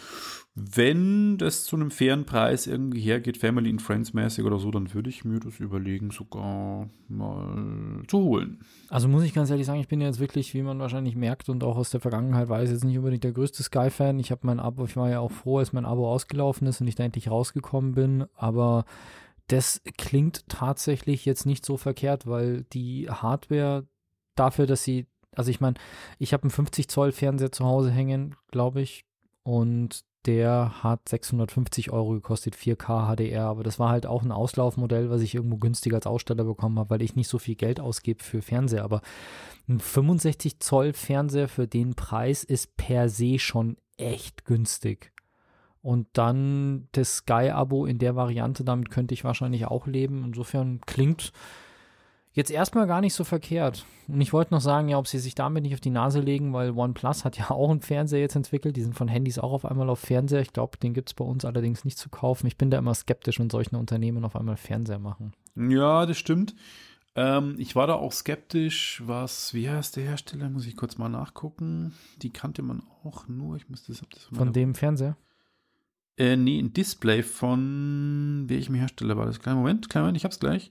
wenn das zu einem fairen Preis irgendwie hergeht, Family and Friends mäßig oder so, dann würde ich mir das überlegen, sogar mal zu holen. Also muss ich ganz ehrlich sagen, ich bin jetzt wirklich, wie man wahrscheinlich merkt und auch aus der Vergangenheit weiß, jetzt nicht unbedingt der größte Sky-Fan. Ich habe mein Abo, ich war ja auch froh, als mein Abo ausgelaufen ist und ich da endlich rausgekommen bin, aber das klingt tatsächlich jetzt nicht so verkehrt, weil die Hardware dafür, dass sie, also ich meine, ich habe einen fünfzig Zoll Fernseher zu Hause hängen, glaube ich, und der hat sechshundertfünfzig Euro gekostet, vier K H D R, aber das war halt auch ein Auslaufmodell, was ich irgendwo günstiger als Aussteller bekommen habe, weil ich nicht so viel Geld ausgebe für Fernseher, aber ein fünfundsechzig Zoll Fernseher für den Preis ist per se schon echt günstig. Und dann das Sky-Abo in der Variante, damit könnte ich wahrscheinlich auch leben. Insofern klingt jetzt erstmal gar nicht so verkehrt. Und ich wollte noch sagen, ja, ob sie sich damit nicht auf die Nase legen, weil OnePlus hat ja auch einen Fernseher jetzt entwickelt. Die sind von Handys auch auf einmal auf Fernseher. Ich glaube, den gibt es bei uns allerdings nicht zu kaufen. Ich bin da immer skeptisch, wenn solche Unternehmen auf einmal Fernseher machen. Ja, das stimmt. Ähm, ich war da auch skeptisch, was, wie heißt der Hersteller? Muss ich kurz mal nachgucken. Die kannte man auch nur. Ich müsste das, das von dem Fernseher? Äh, nee, ein Display von welchem Hersteller war das? Kleinen Moment, kleinen Moment, ich hab's gleich.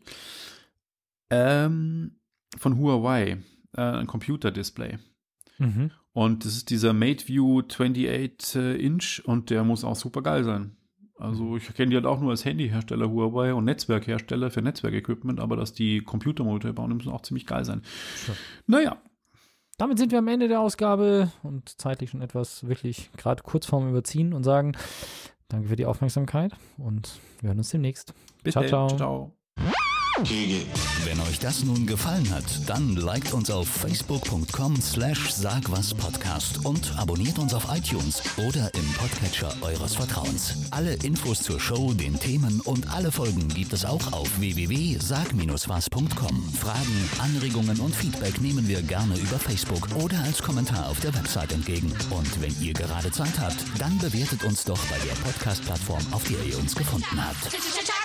Ähm, von Huawei, äh, ein Computerdisplay. Mhm. Und das ist dieser MateView achtundzwanzig Inch und der muss auch super geil sein. Also ich kenne die halt auch nur als Handyhersteller Huawei und Netzwerkhersteller für Netzwerkequipment, aber dass die Computermonitore bauen, die müssen auch ziemlich geil sein. Sure. Naja. Damit sind wir am Ende der Ausgabe und zeitlich schon etwas wirklich gerade kurz vorm Überziehen und sagen danke für die Aufmerksamkeit und wir hören uns demnächst. Bis ciao, dann. ciao. Ciao. Wenn euch das nun gefallen hat, dann liked uns auf facebook punkt com slash sagwaspodcast und abonniert uns auf iTunes oder im Podcatcher eures Vertrauens. Alle Infos zur Show, den Themen und alle Folgen gibt es auch auf w w w punkt sag was punkt com. Fragen, Anregungen und Feedback nehmen wir gerne über Facebook oder als Kommentar auf der Website entgegen. Und wenn ihr gerade Zeit habt, dann bewertet uns doch bei der Podcast-Plattform, auf der ihr uns gefunden habt.